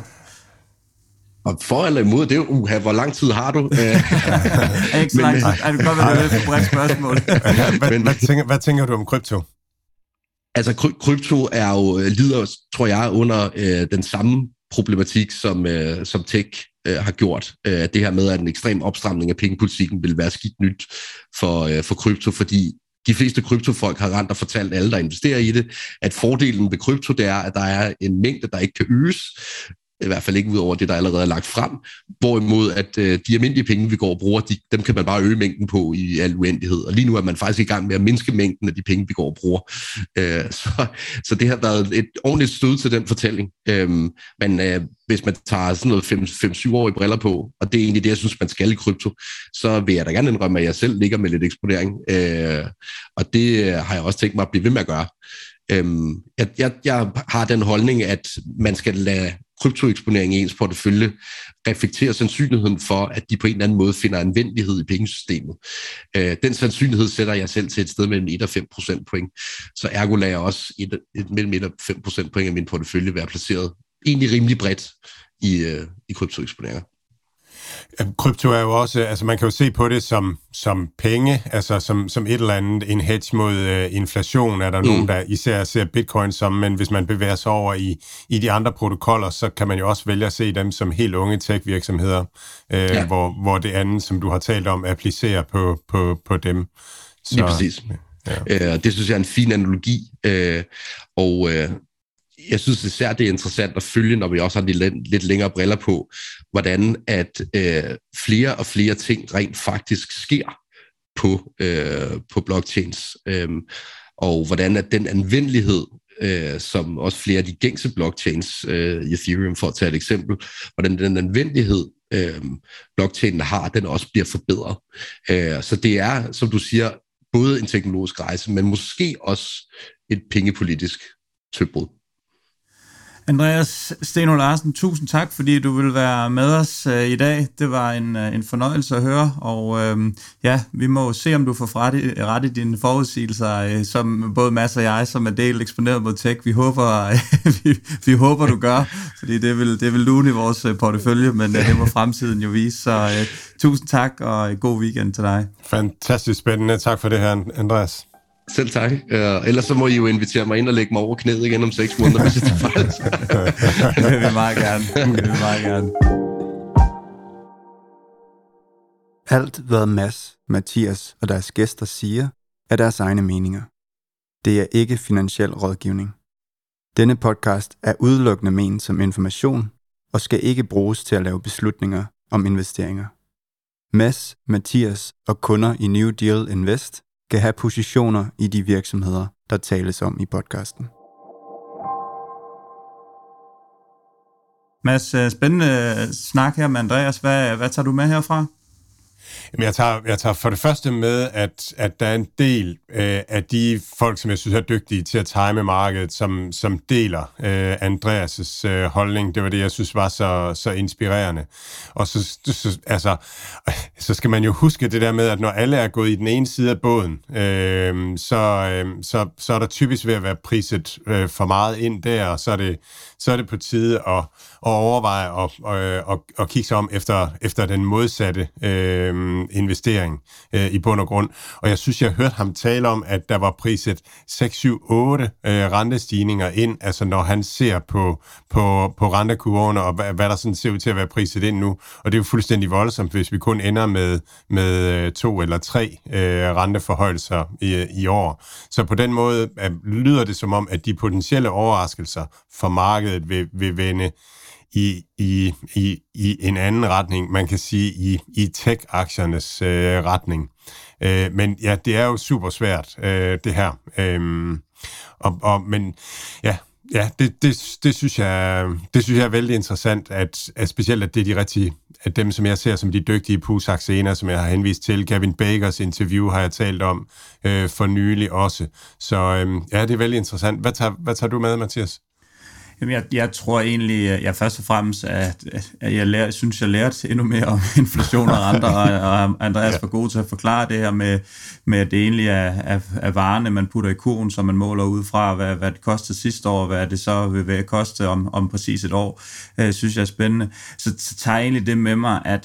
D: Og for eller imod, det er jo, uha, hvor lang tid har du?
B: er ikke så lang tid. Er du godt med det for bredt spørgsmål?
C: hvad, hvad, tænker, hvad tænker du om krypto?
D: Altså, kry- krypto er jo, lider, tror jeg, under øh, den samme problematik, som, øh, som tech øh, har gjort. Øh, det her med, at en ekstrem opstramning af pengepolitikken vil være skidt nyt for, øh, for krypto, fordi de fleste kryptofolk har rent og fortalt alle, der investerer i det, at fordelen ved krypto, det er, at der er en mængde, der ikke kan øges, i hvert fald ikke ud over det, der allerede er lagt frem, hvorimod at øh, de almindelige penge, vi går og bruger, de, dem kan man bare øge mængden på i al uendelighed. Og lige nu er man faktisk i gang med at mindske mængden af de penge, vi går og bruger. Øh, så, så det har været et ordentligt stød til den fortælling. Øh, men øh, hvis man tager sådan noget fem syv år i briller på, og det er egentlig det, jeg synes, man skal i krypto, så vil jeg da gerne indrømme, at jeg selv ligger med lidt eksponering. Øh, og det har jeg også tænkt mig at blive ved med at gøre. Øh, jeg, jeg, jeg har den holdning, at man skal lade kryptoeksponering i ens portefølje reflekterer sandsynligheden for, at de på en eller anden måde finder anvendelighed i pengesystemet. Øh, den sandsynlighed sætter jeg selv til et sted mellem et og fem procentpoint. Så ergo lader jeg også et, et, mellem et og fem procentpoint af min portefølje være placeret egentlig rimelig bredt i, øh, i kryptoeksponeringer.
C: Krypto er jo også, altså man kan jo se på det som, som penge, altså som, som et eller andet, en hedge mod øh, inflation, er der mm. nogen, der især ser bitcoin som, men hvis man bevæger sig over i, i de andre protokoller, så kan man jo også vælge at se dem som helt unge tech-virksomheder, øh, ja. hvor, hvor det andet, som du har talt om, applicerer på, på, på dem.
D: Så, lige præcis. Ja. Øh, det synes jeg er en fin analogi, øh, og øh, jeg synes især, det er interessant at følge, når vi også har lidt, lidt længere briller på, hvordan at øh, flere og flere ting rent faktisk sker på, øh, på blockchains, øh, og hvordan at den anvendelighed, øh, som også flere af de gængse blockchains, øh, Ethereum for at tage et eksempel, hvordan den anvendelighed, øh, blockchainen har, den også bliver forbedret. Øh, så det er, som du siger, både en teknologisk rejse, men måske også et pengepolitisk tøbrud.
B: Andreas Steno Larsen, tusind tak, fordi du vil være med os øh, i dag. Det var en, øh, en fornøjelse at høre, og øh, ja, vi må se, om du får ret i, ret i dine forudsigelser, øh, som både Mads og jeg, som er delt eksponeret mod tech. Vi håber, øh, vi, vi håber du gør, fordi det vil, det vil lune i vores portefølje, men øh, det må fremtiden jo vise. Så øh, tusind tak, og god weekend til dig.
C: Fantastisk spændende. Tak for det her, Andreas.
D: Selv tak. Uh, ellers så må I jo invitere mig ind og lægge mig over knæet igen om seks måneder, hvis det er fejl.
B: Det vil vi meget gerne. Det vil vi meget gerne.
A: Alt, hvad Mads, Mathias og deres gæster siger, er deres egne meninger. Det er ikke finansiel rådgivning. Denne podcast er udelukkende ment som information og skal ikke bruges til at lave beslutninger om investeringer. Mads, Mathias og kunder i New Deal Invest kan have positioner i de virksomheder, der tales om i podcasten.
B: Mads, spændende snak her med Andreas. Hvad, hvad tager du med herfra?
C: Jamen, jeg, tager, jeg tager for det første med, at, at der er en del øh, af de folk, som jeg synes er dygtige til at time markedet, som, som deler øh, Andreas' øh, holdning. Det var det, jeg synes var så, så inspirerende. Og så, så, altså, så skal man jo huske det der med, at når alle er gået i den ene side af båden, øh, så, øh, så, så er der typisk ved at være priset øh, for meget ind der, og så er det, så er det på tide at, at overveje og, og, og, og kigge sig om efter, efter den modsatte øh, investering øh, i bund og grund. Og jeg synes, jeg hørte ham tale om, at der var priset seks, syv, otte øh, rentestigninger ind, altså når han ser på, på, på rentekurverne, og hvad, hvad der sådan ser ud til at være priset ind nu. Og det er jo fuldstændig voldsomt, hvis vi kun ender med, med to eller tre øh, renteforhøjelser i, i år. Så på den måde øh, lyder det som om, at de potentielle overraskelser for markedet vil, vil vende I, i, i, i en anden retning, man kan sige i, i tech-aktiernes øh, retning. Øh, men ja, det er jo super svært, øh, det her. Øh, og, og, men ja, ja det, det, det, synes jeg, det synes jeg er vældig interessant, at, at specielt at det er de rigtige, at dem, som jeg ser som de dygtige P U Saxena, som jeg har henvist til. Kevin Bakers interview har jeg talt om øh, for nylig også. Så øh, ja, det er vældig interessant. Hvad tager, hvad tager du med, Mathias?
B: Jamen, jeg, jeg tror egentlig, jeg først og fremmest, at, at jeg lærer, synes, jeg lærte endnu mere om inflation og andre, og, og Andreas var god til at forklare det her med, med at det egentlig er, er, er varerne, man putter i kurven, som man måler ud fra, hvad, hvad det kostede sidste år, hvad det så vil være koste om, om præcis et år, øh, synes jeg er spændende. Så, så tager jeg egentlig det med mig, at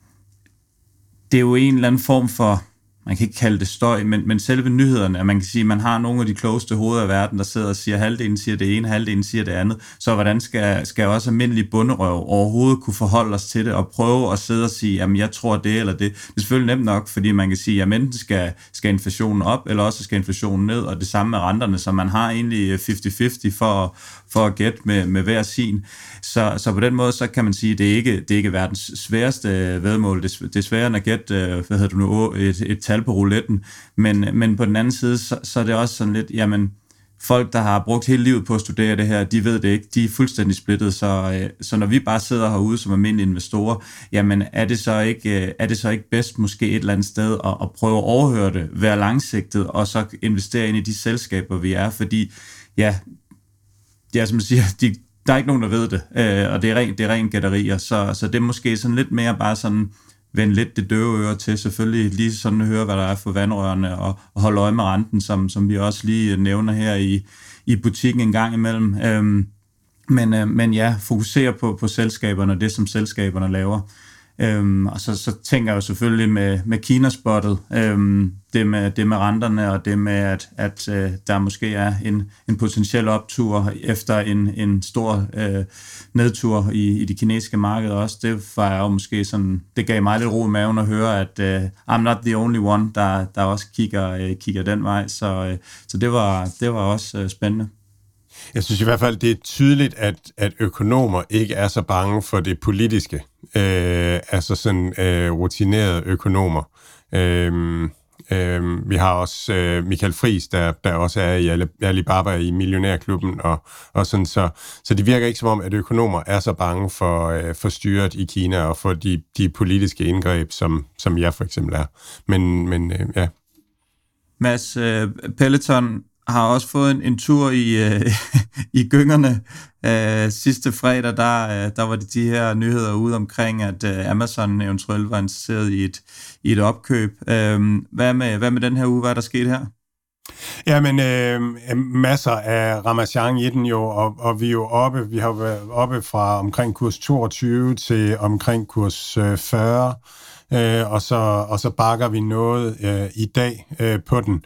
B: det er jo en eller anden form for, man kan ikke kalde det støj, men, men selve nyhederne, at man kan sige, at man har nogle af de klogeste hoveder af verden, der sidder og siger, halvdelen siger det ene, halvdelen siger det andet. Så hvordan skal, skal også almindelige bunderøv overhovedet kunne forholde os til det, og prøve at sidde og sige, jamen jeg tror det eller det. Det er selvfølgelig nemt nok, fordi man kan sige, at enten skal, skal inflationen op, eller også skal inflationen ned, og det samme med renterne, så man har egentlig halvtreds halvtreds for, for at gætte med, med hver sin. Så, så på den måde, så kan man sige, at det er ikke, det er ikke verdens sværeste væddemål. Det, det er sværere end at gætte, hvad hedder du nu, et, et tal på rouletten, men, men på den anden side, så, så er det også sådan lidt, jamen, folk, der har brugt hele livet på at studere det her, de ved det ikke, de er fuldstændig splittet, så, så når vi bare sidder herude som almindelige investorer, jamen, er det så ikke, er det så ikke bedst måske et eller andet sted at, at prøve at overhøre det, være langsigtet, og så investere ind i de selskaber, vi er, fordi, ja, det er som jeg siger, de, der er ikke nogen, der ved det, og det er rent, det er rent gætterier, så, så det er måske sådan lidt mere bare sådan, vende lidt det døve øre til, selvfølgelig lige sådan at høre, hvad der er for vandrørene, og, og holde øje med renten, som, som vi også lige nævner her i, i butikken en gang imellem. Øhm, men, øh, men ja, fokusere på, på selskaberne og det, som selskaberne laver. Øhm, og så, så tænker jeg jo selvfølgelig med, med Kina-spottet, øhm, det, med, det med renterne, og det med, at, at øh, der måske er en, en potentiel optur efter en, en stor øh, nedtur i, i de kinesiske markeder også. Det var jo måske sådan, det gav mig lidt ro i maven at høre, at øh, I'm not the only one, der, der også kigger, øh, kigger den vej. Så, øh, så det var, det var også øh, spændende.
C: Jeg synes i hvert fald, det er tydeligt, at, at økonomer ikke er så bange for det politiske. Øh, altså sådan øh, rutinerede økonomer. Øh, øh, vi har også øh, Michael Friis, der, der også er i Alibaba i Millionærklubben, og, og sådan så. Så det virker ikke som om, at økonomer er så bange for, øh, for styret i Kina og for de, de politiske indgreb, som, som jeg for eksempel er. Men, men øh, ja.
B: Mads, øh, Peloton har også fået en, en tur i, øh, i gyngerne. Øh, sidste fredag, der, der var det de her nyheder ude omkring, at øh, Amazon eventuelt var interesseret i et, i et opkøb. Øh, hvad, med, hvad med den her uge? Hvad er der sket her?
C: Jamen, øh, masser af Ramachan i den jo, og, og vi er jo oppe, vi har været oppe fra omkring kurs toogtyve til omkring kurs øh, fyrre, øh, og, så, og så bakker vi noget øh, i dag øh, på den.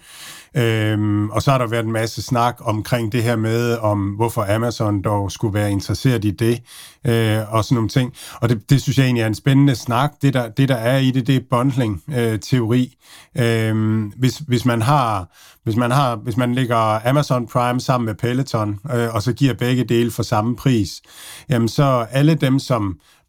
C: Øhm, og så har der været en masse snak omkring det her med, om hvorfor Amazon dog skulle være interesseret i det, øh, og sådan nogle ting. Og det, det synes jeg egentlig er en spændende snak. Det, der, det, der er i det, det er bundling-teori. Øh, hvis, hvis man har, hvis man har, hvis man lægger Amazon Prime sammen med Peloton, øh, og så giver begge dele for samme pris, jamen så alle dem, som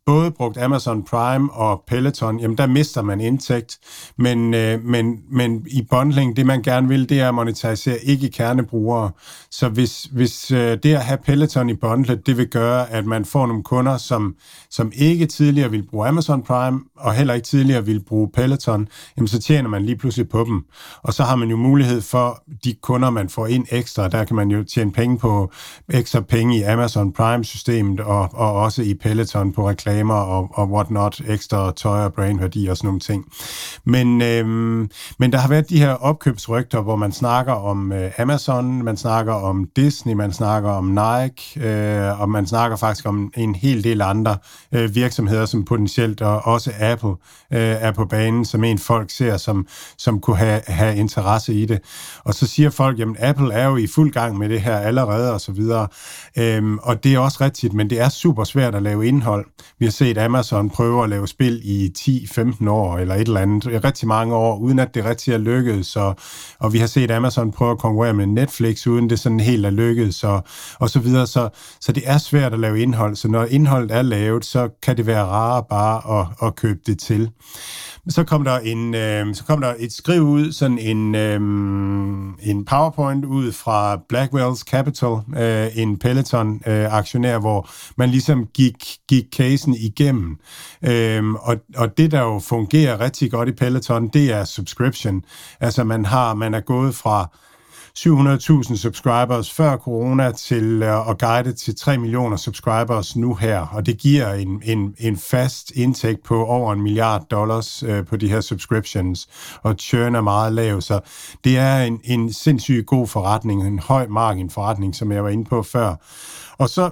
C: både brugt Amazon Prime og Peloton, jamen der mister man indtægt, men, øh, men, men i bundling, det man gerne vil, det er at monetarisere ikke kernebrugere. Så hvis, hvis øh, det at have Peloton i bundlet, det vil gøre, at man får nogle kunder, som, som ikke tidligere vil bruge Amazon Prime, og heller ikke tidligere vil bruge Peloton, jamen så tjener man lige pludselig på dem. Og så har man jo mulighed for de kunder, man får ind ekstra, der kan man jo tjene penge på ekstra penge i Amazon Prime-systemet, og, og også i Peloton på reklamer og, og whatnot, ekstra tøj og brandværdi og sådan nogle ting. Men, øhm, men der har været de her opkøbsrygter, hvor man snakker om øh, Amazon, man snakker om Disney, man snakker om Nike, øh, og man snakker faktisk om en hel del andre øh, virksomheder, som potentielt, og også Apple øh, er på banen, som en folk ser, som, som kunne have, have interesse i det. Og så siger folk, jamen Apple er jo i fuld gang med det her allerede, og så videre. Øhm, og det er også rigtigt, men det er super svært at lave indhold. Vi har set Amazon prøve at lave spil i ti femten år, eller et eller andet, rigtig mange år, uden at det rigtig er lykkedes. Og, og vi har set Amazon prøve at konkurrere med Netflix, uden det sådan helt er lykkedes, og, og så videre. Så, så det er svært at lave indhold. Så når indholdet er lavet, så kan det være rarere bare at, at købe det til. Så kom der en, øh, så kom der et skriv ud, sådan en øh, en PowerPoint ud fra Blackwell's Capital, øh, en Peloton øh, aktionær, hvor man ligesom gik gik casen igennem. Øh, og og det der jo fungerer rigtig godt i Peloton, det er subscription. Altså man har man er gået fra syv hundrede tusind subscribers før corona til uh, at guide til tre millioner subscribers nu her, og det giver en, en, en fast indtægt på over en milliard dollars uh, på de her subscriptions, og churn er meget lav, så det er en, en sindssygt god forretning, en høj margin forretning, som jeg var inde på før. Og så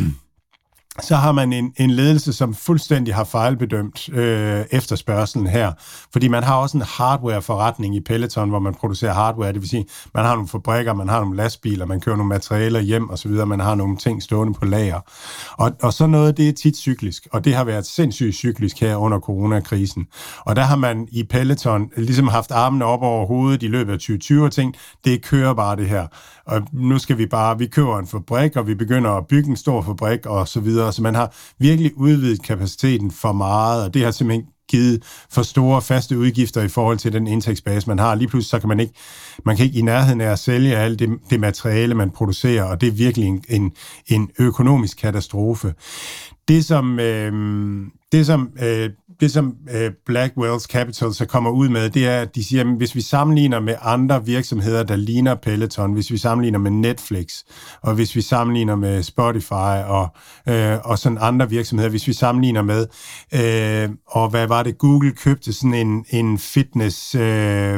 C: så har man en, en ledelse, som fuldstændig har fejlbedømt øh, efterspørgselen her. Fordi man har også en hardware-forretning i Peloton, hvor man producerer hardware. Det vil sige, man har nogle fabrikker, man har nogle lastbiler, man kører nogle materialer hjem osv., man har nogle ting stående på lager. Og, og så noget, det er tit cyklisk, og det har været sindssygt cyklisk her under coronakrisen. Og der har man i Peloton ligesom haft armene op over hovedet i løbet af tyve tyve og tænkt, det kører bare det her. Og nu skal vi bare, vi køber en fabrik, og vi begynder at bygge en stor fabrik og så videre. Så man har virkelig udvidet kapaciteten for meget, og det har simpelthen givet for store faste udgifter i forhold til den indtægtsbase, man har. Lige pludselig så kan man ikke, man kan ikke i nærheden af at sælge alt det, det materiale, man producerer, og det er virkelig en, en, en økonomisk katastrofe. Det som, øh, det som, øh, det som øh, Blackwell's Capital så kommer ud med, det er, at de siger, at hvis vi sammenligner med andre virksomheder, der ligner Peloton, hvis vi sammenligner med Netflix, og hvis vi sammenligner med Spotify og, øh, og sådan andre virksomheder, hvis vi sammenligner med, øh, og hvad var det, Google købte sådan en, en fitness, øh,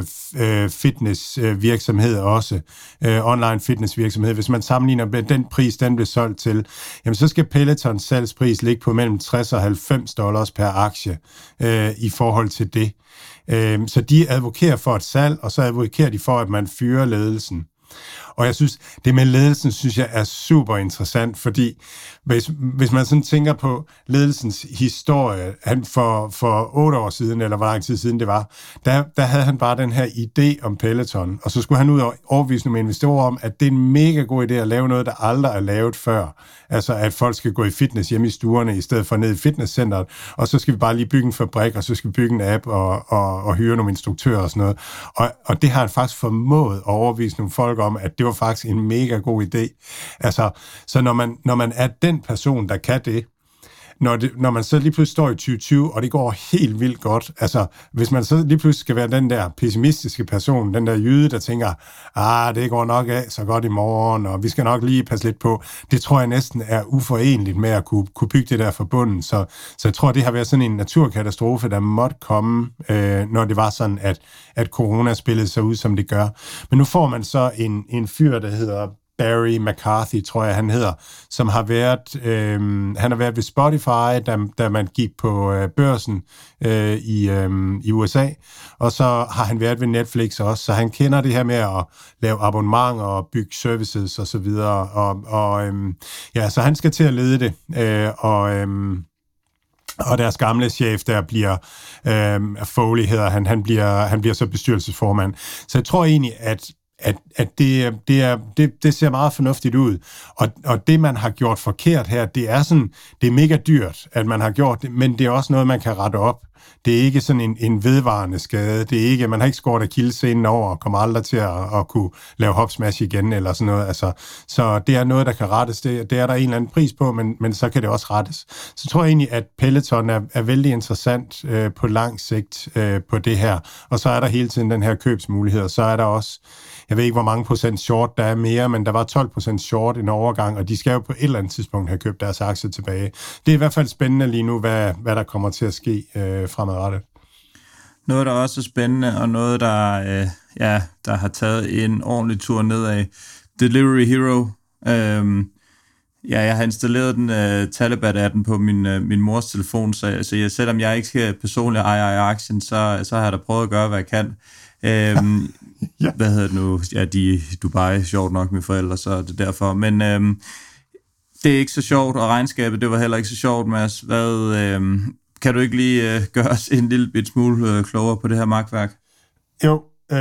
C: fitness virksomhed også, øh, online fitness virksomhed, hvis man sammenligner med den pris, den blev solgt til, jamen så skal Pelotons salgspris ligge på mellem tres og halvfems dollars per aktie øh, i forhold til det. Øh, så de advokerer for et salg, og så advokerer de for, at man fyrer ledelsen. Og jeg synes, det med ledelsen, synes jeg er super interessant, fordi hvis, hvis man sådan tænker på ledelsens historie, han for, for otte år siden, eller hvor lang tid siden det var, der, der havde han bare den her idé om Peloton, og så skulle han ud og overbevise nogle investorer om, at det er en mega god idé at lave noget, der aldrig er lavet før. Altså, at folk skal gå i fitness hjemme i stuerne, i stedet for ned i fitnesscenteret, og så skal vi bare lige bygge en fabrik, og så skal vi bygge en app, og, og, og hyre nogle instruktører og sådan noget. Og, og det har han faktisk formået at overbevise nogle folk om, at det var faktisk en mega god idé. Altså, så når man, når man er den person, der kan det, når, det, når man så lige pludselig står i tyve tyve, og det går helt vildt godt, altså, hvis man så lige pludselig skal være den der pessimistiske person, den der jyde, der tænker, ah, det går nok af så godt i morgen, og vi skal nok lige passe lidt på, det tror jeg næsten er uforenligt med at kunne, kunne bygge det der forbundet, så, så jeg tror, det har været sådan en naturkatastrofe, der måtte komme, øh, når det var sådan, at, at corona spillede sig ud, som det gør. Men nu får man så en, en fyr, der hedder Barry McCarthy, tror jeg, han hedder, som har været, øh, han har været ved Spotify, da, da man gik på øh, børsen øh, i, øh, i U S A, og så har han været ved Netflix også, så han kender det her med at lave abonnement og bygge services og så videre, og, og øh, ja, så han skal til at lede det, øh, og øh, og deres gamle chef, der bliver øh, Foley hedder han, han bliver, han bliver så bestyrelsesformand. Så jeg tror egentlig, at at, at det, det, er, det, det ser meget fornuftigt ud. Og, og det, man har gjort forkert her, det er sådan, det er mega dyrt, at man har gjort det, men det er også noget, man kan rette op. Det er ikke sådan en, en vedvarende skade. Det er ikke, man har ikke skåret akillessenen over og kommer aldrig til at, at kunne lave hopsmash igen eller sådan noget. Altså, så det er noget, der kan rettes. Det, det er der en eller anden pris på, men, men så kan det også rettes. Så tror jeg egentlig, at Peloton er, er vældig interessant øh, på lang sigt øh, på det her. Og så er der hele tiden den her købsmulighed, og så er der også, jeg ved ikke, hvor mange procent short der er mere, men der var tolv procent short en overgang, og de skal jo på et eller andet tidspunkt have købt deres aktier tilbage. Det er i hvert fald spændende lige nu, hvad, hvad der kommer til at ske øh, fremadrettet.
B: Noget, der også er spændende, og noget, der, øh, ja, der har taget en ordentlig tur nedad. Delivery Hero. Øhm, ja, jeg har installeret den øh, Talabat-appen på min, øh, min mors telefon, så, så jeg, selvom jeg ikke skal personligt eje aktien, så, så har jeg da prøvet at gøre, hvad jeg kan. Øhm, ja. Hvad hedder det nu? Ja, de er i Dubai, sjovt nok, mine forældre, så er det derfor. Men øhm, det er ikke så sjovt, og regnskabet, det var heller ikke så sjovt, Mads. Hvad, øhm, kan du ikke lige øh, gøre os en lille bit smule øh, klogere på det her magtværk?
C: Jo,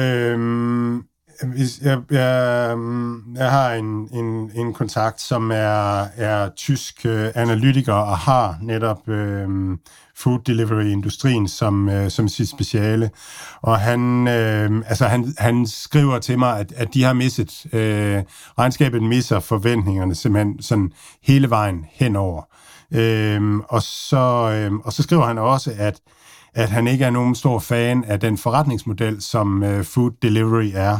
C: øhm, jeg, jeg, jeg har en, en, en kontakt, som er, er tysk øh, analytiker og har netop øh, food delivery-industrien som, øh, som sit speciale. Og han, øh, altså han, han skriver til mig, at, at de har misset, øh, regnskabet misser forventningerne simpelthen sådan hele vejen henover. Øh, og, så, øh, og så skriver han også, at at han ikke er nogen stor fan af den forretningsmodel, som øh, food delivery er.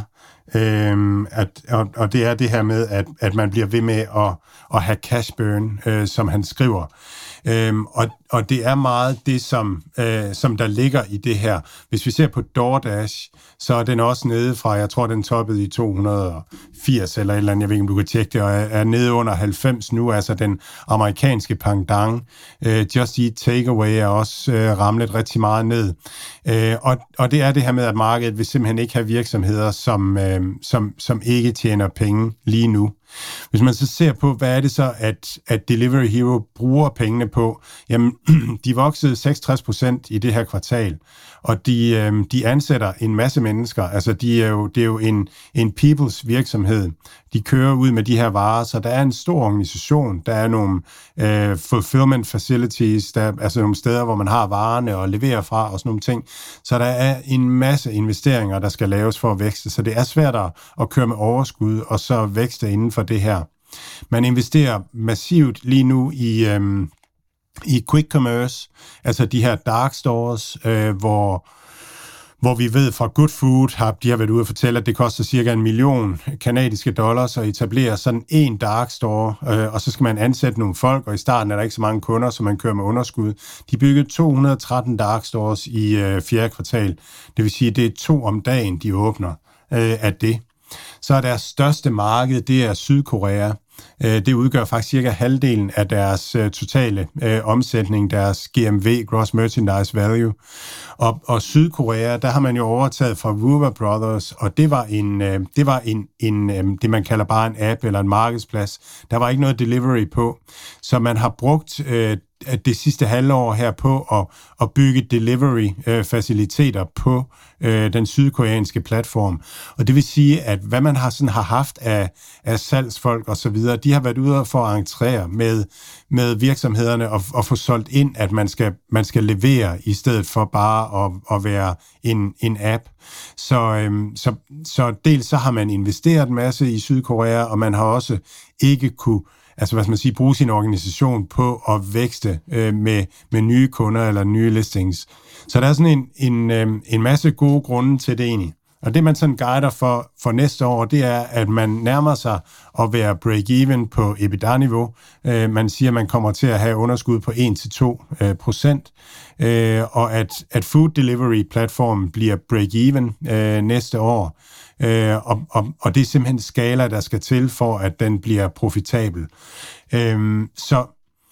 C: Øhm, at, og, og det er det her med, at, at man bliver ved med at, at have cash burn, øh, som han skriver. Øhm, og, og det er meget det, som, øh, som der ligger i det her. Hvis vi ser på DoorDash, så er den også nede fra, jeg tror, den toppede i to hundrede og firs eller et eller andet, jeg ved ikke, om du kan tjekke det, og er, er nede under halvfems nu, altså den amerikanske pendant. Øh, Just Eat Takeaway er også øh, ramlet rigtig meget ned. Øh, og, og det er det her med, at markedet vil simpelthen ikke have virksomheder, som, øh, som, som ikke tjener penge lige nu. Hvis man så ser på, hvad er det så, at, at Delivery Hero bruger pengene på, jamen, de voksede seksogtres procent i det her kvartal, og de, øh, de ansætter en masse mennesker, altså de er jo, det er jo en, en peoples virksomhed, de kører ud med de her varer, så der er en stor organisation, der er nogle øh, fulfillment facilities, der er altså nogle steder, hvor man har varerne og leverer fra og sådan nogle ting, så der er en masse investeringer, der skal laves for at vækste, så det er svært at køre med overskud og så vækste inden for det her. Man investerer massivt lige nu i, øhm, i quick commerce, altså de her dark stores, øh, hvor, hvor vi ved fra Good Food, har, de har været ude og fortælle, at det koster cirka en million kanadiske dollars at etablere sådan en dark store, øh, og så skal man ansætte nogle folk, og i starten er der ikke så mange kunder, så man kører med underskud. De byggede to hundrede og tretten dark stores i øh, fjerde kvartal, det vil sige, det er to om dagen, de åbner øh, af det. Så er deres største marked, det er Sydkorea. Det udgør faktisk cirka halvdelen af deres totale øh, omsætning, deres G M V, Gross Merchandise Value. Og, og Sydkorea, der har man jo overtaget fra Ruwa Brothers, og det var en, øh, det var en, en øh, det man kalder bare en app eller en markedsplads. Der var ikke noget delivery på, så man har brugt øh, det sidste halvår her på at, at bygge delivery-faciliteter øh, på øh, den sydkoreanske platform. Og det vil sige, at hvad man har, sådan, har haft af, af salgsfolk og så videre, de har været ude for at entrere med, med virksomhederne og, og få solgt ind, at man skal, man skal levere i stedet for bare at, at være en, en app. Så, øhm, så, så dels så har man investeret en masse i Sydkorea, og man har også ikke kunne altså hvad skal man sige, bruge sin organisation på at vækste øh, med, med nye kunder eller nye listings. Så der er sådan en, en, øh, en masse gode grunde til det egentlig. Og det man sådan guider for, for næste år, det er, at man nærmer sig at være break-even på EBITDA-niveau. Øh, man siger, at man kommer til at have underskud på en til to procent, øh, og at, at food delivery-platformen bliver break-even øh, næste år. Øh, og, og, og det er simpelthen skala, der skal til for, at den bliver profitabel. Øh, så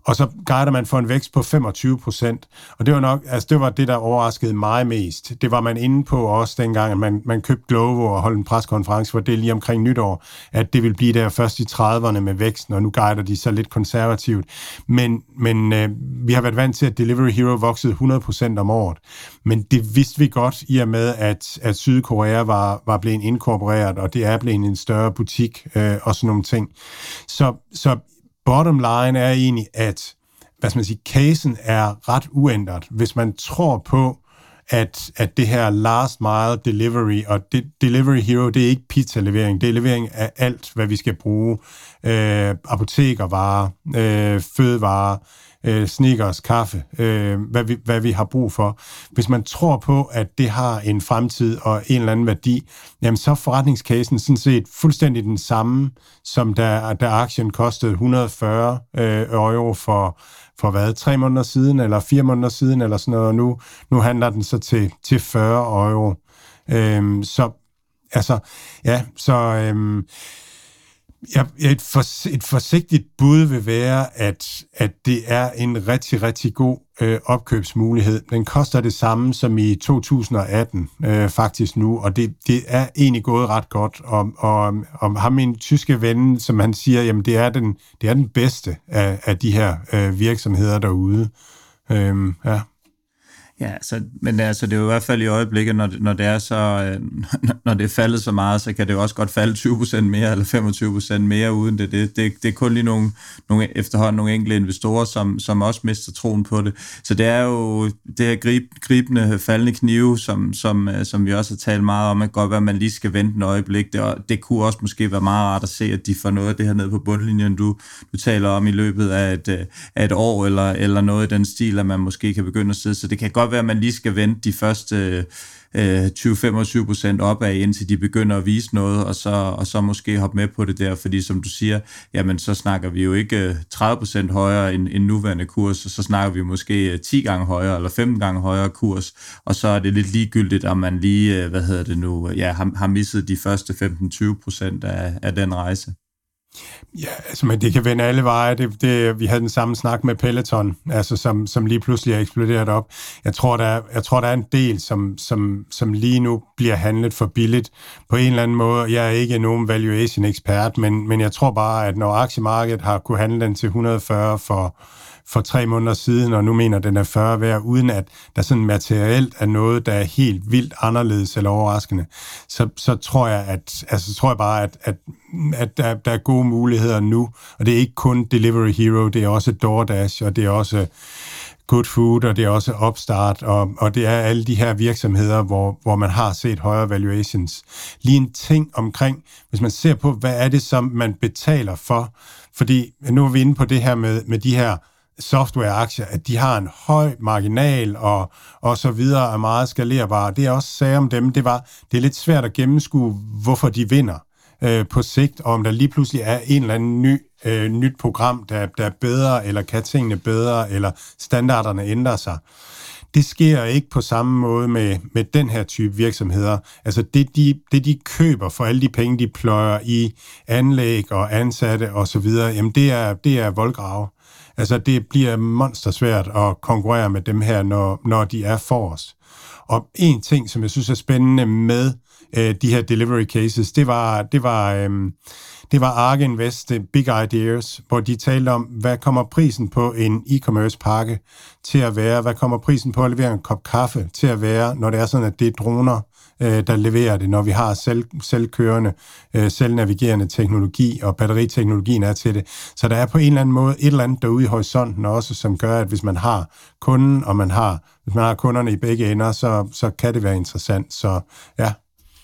C: og så guider man for en vækst på femogtyve procent. Og det var nok, altså det var det, der overraskede mig mest. Det var man inde på også dengang, at man, man købte Glovo og holdt en preskonference, hvor det lige omkring nytår, at det vil blive der først i trediverne med væksten, og nu guider de så lidt konservativt. Men, men øh, vi har været vant til, at Delivery Hero voksede hundrede procent om året. Men det vidste vi godt, i og med, at, at Sydkorea var, var blevet inkorporeret, og det er blevet en større butik øh, og sådan nogle ting. Så, så bottom line er egentlig, at hvad skal man sige, casen er ret uændret. Hvis man tror på, at, at det her last mile delivery, og det, Delivery Hero, det er ikke pizza-levering, det er levering af alt, hvad vi skal bruge. Øh, apotekervarer, øh, fødevarer, øh, Snickers, kaffe, øh, hvad, vi, hvad vi har brug for. Hvis man tror på, at det har en fremtid og en eller anden værdi, jamen så er forretningscasen sådan set fuldstændig den samme, som da, da aktien kostede et hundrede og fyrre øh, euro for, for hvad, tre måneder siden, eller fire måneder siden, eller sådan noget, og nu, nu handler den så til, til fyrre euro. Øh, så, altså, ja, så... Øh, Ja, et, for, et forsigtigt bud vil være, at, at det er en rigtig, rigtig god øh, opkøbsmulighed. Den koster det samme som i to tusind og atten øh, faktisk nu, og det, det er egentlig gået ret godt. Og, og, og ham min tyske ven, som han siger, jamen det er den, det er den bedste af, af de her øh, virksomheder derude. Øhm, ja.
B: Ja, så, men altså, det er jo i hvert fald i øjeblikket, når det, når det er så, øh, når det er faldet så meget, så kan det jo også godt falde tyve procent mere eller femogtyve procent mere uden det. Det, det, det er kun lige nogle, nogle efterhånden nogle enkelte investorer, som, som også mister troen på det. Så det er jo det her grib, gribende faldende knive, som, som, som vi også har talt meget om, at godt være, at man lige skal vente en øjeblik. Det, det kunne også måske være meget rart at se, at de får noget af det her ned på bundlinjen, du, du taler om i løbet af et, af et år, eller, eller noget i den stil, at man måske kan begynde at sidde. Så det kan godt være, at man lige skal vente de første øh, tyve til femogtyve procent opad, indtil de begynder at vise noget, og så, og så måske hoppe med på det der, fordi som du siger, jamen så snakker vi jo ikke tredive procent højere end, end nuværende kurs, og så snakker vi måske ti gange højere, eller femten gange højere kurs, og så er det lidt ligegyldigt, om man lige, hvad hedder det nu, ja, har, har misset de første femten til tyve procent af, af den rejse.
C: Ja, altså, men det kan vende alle veje. Det, det, vi havde den samme snak med Peloton, altså, som, som lige pludselig er eksploderet op. Jeg tror, der er, jeg tror, der er en del, som, som, som lige nu bliver handlet for billigt på en eller anden måde. Jeg er ikke nogen valuation-ekspert, men, men jeg tror bare, at når aktiemarkedet har kunne handle den til et hundrede og fyrre for for tre måneder siden, og nu mener den er fyrre værd, uden at der sådan materielt er noget, der er helt vildt anderledes eller overraskende, så, så tror jeg, at, altså, tror jeg bare, at, at, at der, der er gode muligheder nu, og det er ikke kun Delivery Hero, det er også DoorDash, og det er også Good Food, og det er også Upstart, og, og det er alle de her virksomheder, hvor, hvor man har set højere valuations. Lige en ting omkring, hvis man ser på, hvad er det, som man betaler for, fordi nu er vi inde på det her med, med de her softwareaktier, at de har en høj marginal og, og så videre er meget skalerbare. Det jeg også sagde om dem, det var, det er lidt svært at gennemskue, hvorfor de vinder øh, på sigt, og om der lige pludselig er en eller anden ny, øh, nyt program, der, der er bedre, eller kan tingene bedre, eller standarderne ændrer sig. Det sker ikke på samme måde med, med den her type virksomheder. Altså det de, det, de køber for alle de penge, de pløjer i anlæg og ansatte og så videre, jamen det er, det er voldgrave. Altså, det bliver monstersvært at konkurrere med dem her, når, når de er for os. Og en ting, som jeg synes er spændende med øh, de her delivery cases, det var, det var, øh, det var ARK Invest, Big Ideas, hvor de talte om, hvad kommer prisen på en e-commerce pakke til at være, hvad kommer prisen på at levere en kop kaffe til at være, når det er sådan, at det er droner, der leverer det, når vi har selv, selvkørende, selvnavigerende teknologi, og batteriteknologien er til det. Så der er på en eller anden måde et eller andet derude i horisonten også, som gør, at hvis man har kunden, og man har, hvis man har kunderne i begge ender, så, så kan det være interessant. Så ja.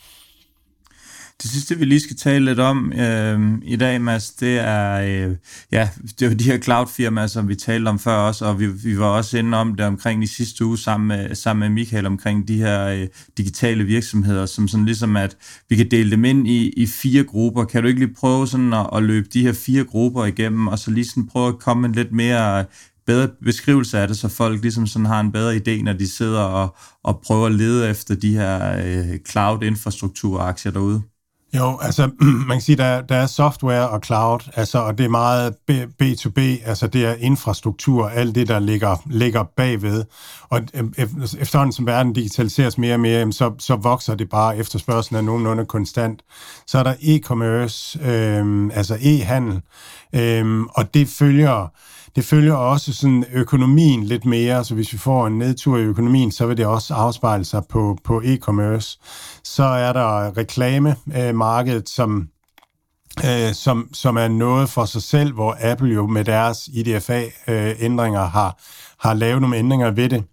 B: Det sidste, vi lige skal tale lidt om øh, i dag, Mads, det er, øh, ja, det er jo de her cloud-firmaer, som vi talte om før også, og vi, vi var også inde om det omkring i sidste uge sammen med, sammen med Michael omkring de her øh, digitale virksomheder, som sådan ligesom, at vi kan dele dem ind i, i fire grupper. Kan du ikke lige prøve sådan at, at løbe de her fire grupper igennem, og så lige sådan prøve at komme en lidt mere bedre beskrivelse af det, så folk ligesom sådan har en bedre idé, når de sidder og, og prøver at lede efter de her øh, cloud-infrastrukturaktier derude?
C: Jo, altså man kan sige, der, der er software og cloud, altså, og det er meget B to B, altså det er infrastruktur, alt det, der ligger, ligger bagved. Og efterhånden som verden digitaliseres mere og mere, så, så vokser det bare, efterspørgslen er nogenlunde konstant. Så er der e-commerce, øh, altså e-handel, øh, og det følger... Det følger også sådan økonomien lidt mere, så hvis vi får en nedtur i økonomien, så vil det også afspejle sig på, på e-commerce. Så er der reklamemarkedet, som, øh, som, som er noget for sig selv, hvor Apple jo med deres I D F A-ændringer har, har lavet nogle ændringer ved det.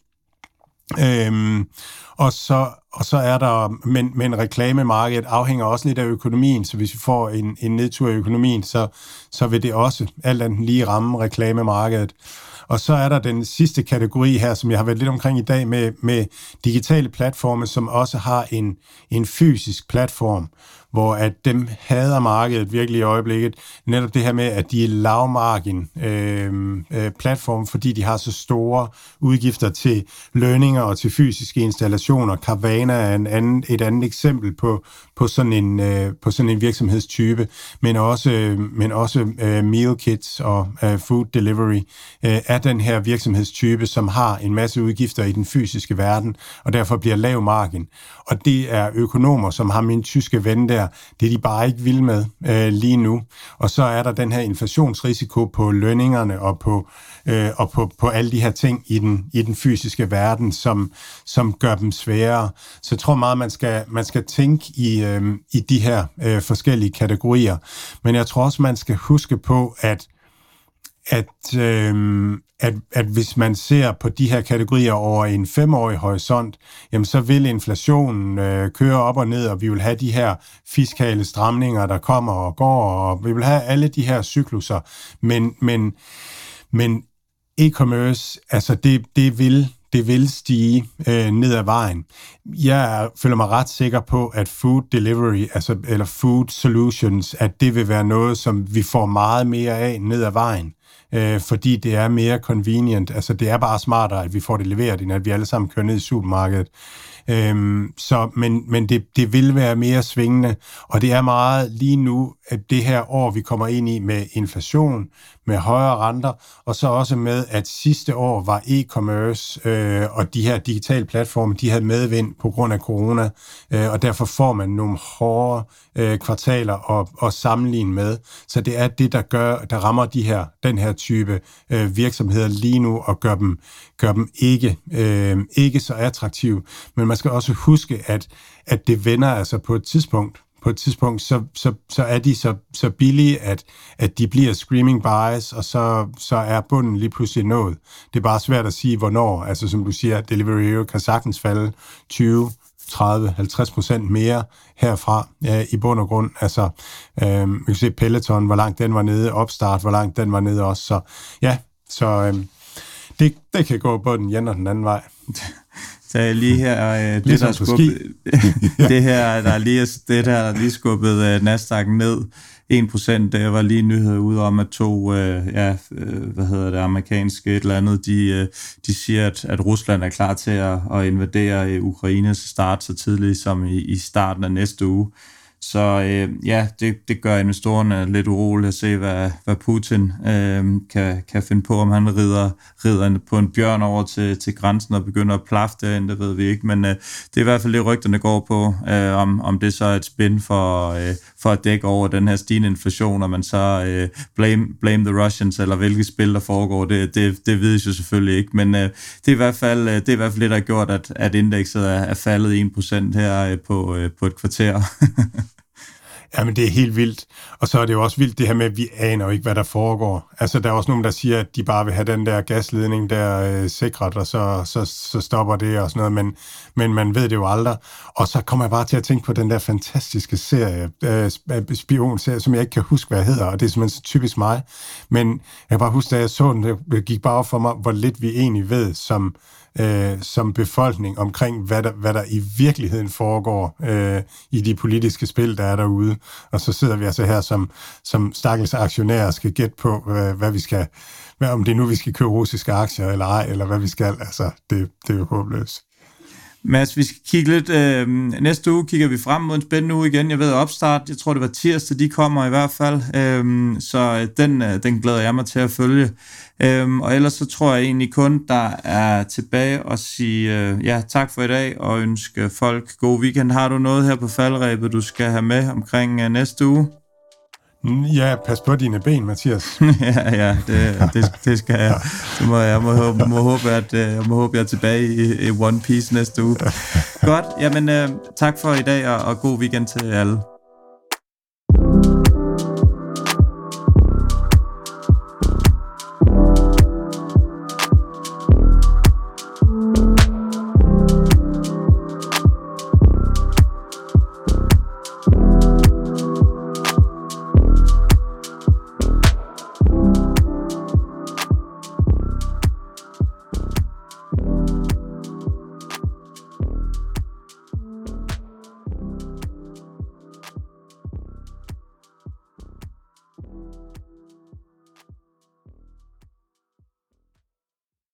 C: Øhm, og så og så er der, men, men reklamemarkedet afhænger også lidt af økonomien, så hvis vi får en, en nedtur i økonomien, så, så vil det også alt andet lige ramme reklamemarkedet. Og så er der den sidste kategori her, som jeg har været lidt omkring i dag, med, med digitale platforme, som også har en, en fysisk platform, hvor at dem hader markedet virkelig i øjeblikket. Netop det her med, at de er lavmargin øh, øh, platform, fordi de har så store udgifter til lønninger og til fysiske installationer. Carvana er en anden, et andet eksempel på, på, sådan en, øh, på sådan en virksomhedstype, men også, øh, men også øh, meal kits og øh, food delivery øh, er den her virksomhedstype, som har en masse udgifter i den fysiske verden, og derfor bliver lav margin. Og det er økonomer, som har min tyske ven der, det er de bare ikke vilde med øh, lige nu. Og så er der den her inflationsrisiko på lønningerne og på, øh, og på, på alle de her ting i den, i den fysiske verden, som, som gør dem sværere. Så jeg tror meget, man skal, man skal tænke i, øh, i de her øh, forskellige kategorier. Men jeg tror også, man skal huske på, at at, øh, at, at hvis man ser på de her kategorier over en femårig horisont, jamen så vil inflationen øh, køre op og ned, og vi vil have de her fiskale stramninger, der kommer og går, og vi vil have alle de her cykluser. Men, men, men e-commerce, altså det, det vil... det vil stige øh, ned ad vejen. Jeg føler mig ret sikker på, at food delivery, altså, eller food solutions, at det vil være noget, som vi får meget mere af ned ad vejen, øh, fordi det er mere convenient. Altså, det er bare smartere, at vi får det leveret, end at vi alle sammen kører ned i supermarkedet. Øhm, så, men men det, det vil være mere svingende, og det er meget lige nu, at det her år, vi kommer ind i med inflation, med højere renter, og så også med, at sidste år var e-commerce øh, og de her digitale platforme, de havde medvind på grund af corona, øh, og derfor får man nogle hårde øh, kvartaler at, at sammenligne med. Så det er det, der gør, der rammer de her, den her type øh, virksomheder lige nu, og gør dem, gør dem ikke, øh, ikke så attraktive. Men man skal også huske, at, at det vender altså på et tidspunkt. På et tidspunkt, så, så, så er de så, så billige, at, at de bliver screaming buys, og så, så er bunden lige pludselig nået. Det er bare svært at sige, hvornår. Altså som du siger, Delivery Hero kan sagtens falde tyve, tredive, halvtreds procent mere herfra øh, i bund og grund. Altså, øh, vi kan se Peloton, hvor langt den var nede, Upstart, hvor langt den var nede også. Så ja, så øh, det, det kan gå både den ene og den anden vej.
B: Så lige her, øh, det, der skubbet, det her, der er lige, det der, der er lige skubbet øh, Nasdaq ned en procent. Der var lige nyheder ude om, at to, øh, ja, øh, hvad hedder det, amerikanske et eller andet, de, øh, de siger, at, at Rusland er klar til at, at invadere Ukraine, så starte så tidligt som i, i starten af næste uge. Så øh, ja, det, det gør investorerne lidt uroligt at se, hvad, hvad Putin øh, kan, kan finde på, om han rider, rider på en bjørn over til, til grænsen og begynder at plaffe derinde, det ved vi ikke. Men øh, det er i hvert fald det, rygterne går på, øh, om, om det så er et spin for, øh, for at dække over den her stigende inflation, og man så øh, blame, blame the Russians, eller hvilket spil, der foregår, det, det, det vides jo selvfølgelig ikke. Men øh, det, er i hvert fald, det er i hvert fald det, der har gjort, at, at indekset er, er faldet en procent her øh, på, øh, på et kvarter.
C: Jamen, det er helt vildt. Og så er det jo også vildt det her med, at vi aner jo ikke, hvad der foregår. Altså, der er også nogen, der siger, at de bare vil have den der gasledning der øh, sikret, og så, så, så stopper det og sådan noget, men, men man ved det jo aldrig. Og så kommer jeg bare til at tænke på den der fantastiske serie, øh, spionserie, som jeg ikke kan huske, hvad jeg hedder, og det er simpelthen så typisk mig. Men jeg kan bare huske, da jeg så den, det gik bare op for mig, hvor lidt vi egentlig ved som Øh, som befolkning omkring, hvad der, hvad der i virkeligheden foregår øh, i de politiske spil, der er derude. Og så sidder vi altså her som, som stakkels aktionærer skal gætte på, øh, hvad vi skal, om det er nu, vi skal købe russiske aktier eller ej, eller hvad vi skal. Altså, det, det er jo håbløst.
B: Mads, vi skal kigge lidt. Øh, næste uge kigger vi frem mod en spændende uge igen. Jeg ved opstart, jeg tror det var tirsdag, de kommer i hvert fald. Øh, så den, den glæder jeg mig til at følge. Øh, og ellers så tror jeg egentlig kun, der er tilbage og sige øh, ja, tak for i dag og ønske folk god weekend. Har du noget her på faldrebet, du skal have med omkring øh, næste uge?
C: Ja, pas på dine ben, Mathias.
B: ja, ja, det, det, det skal jeg. Så må jeg må, må, må håbe, at jeg må håbe, jeg er tilbage i, i One Piece næste uge. Godt, jamen uh, tak for i dag, og, og god weekend til alle.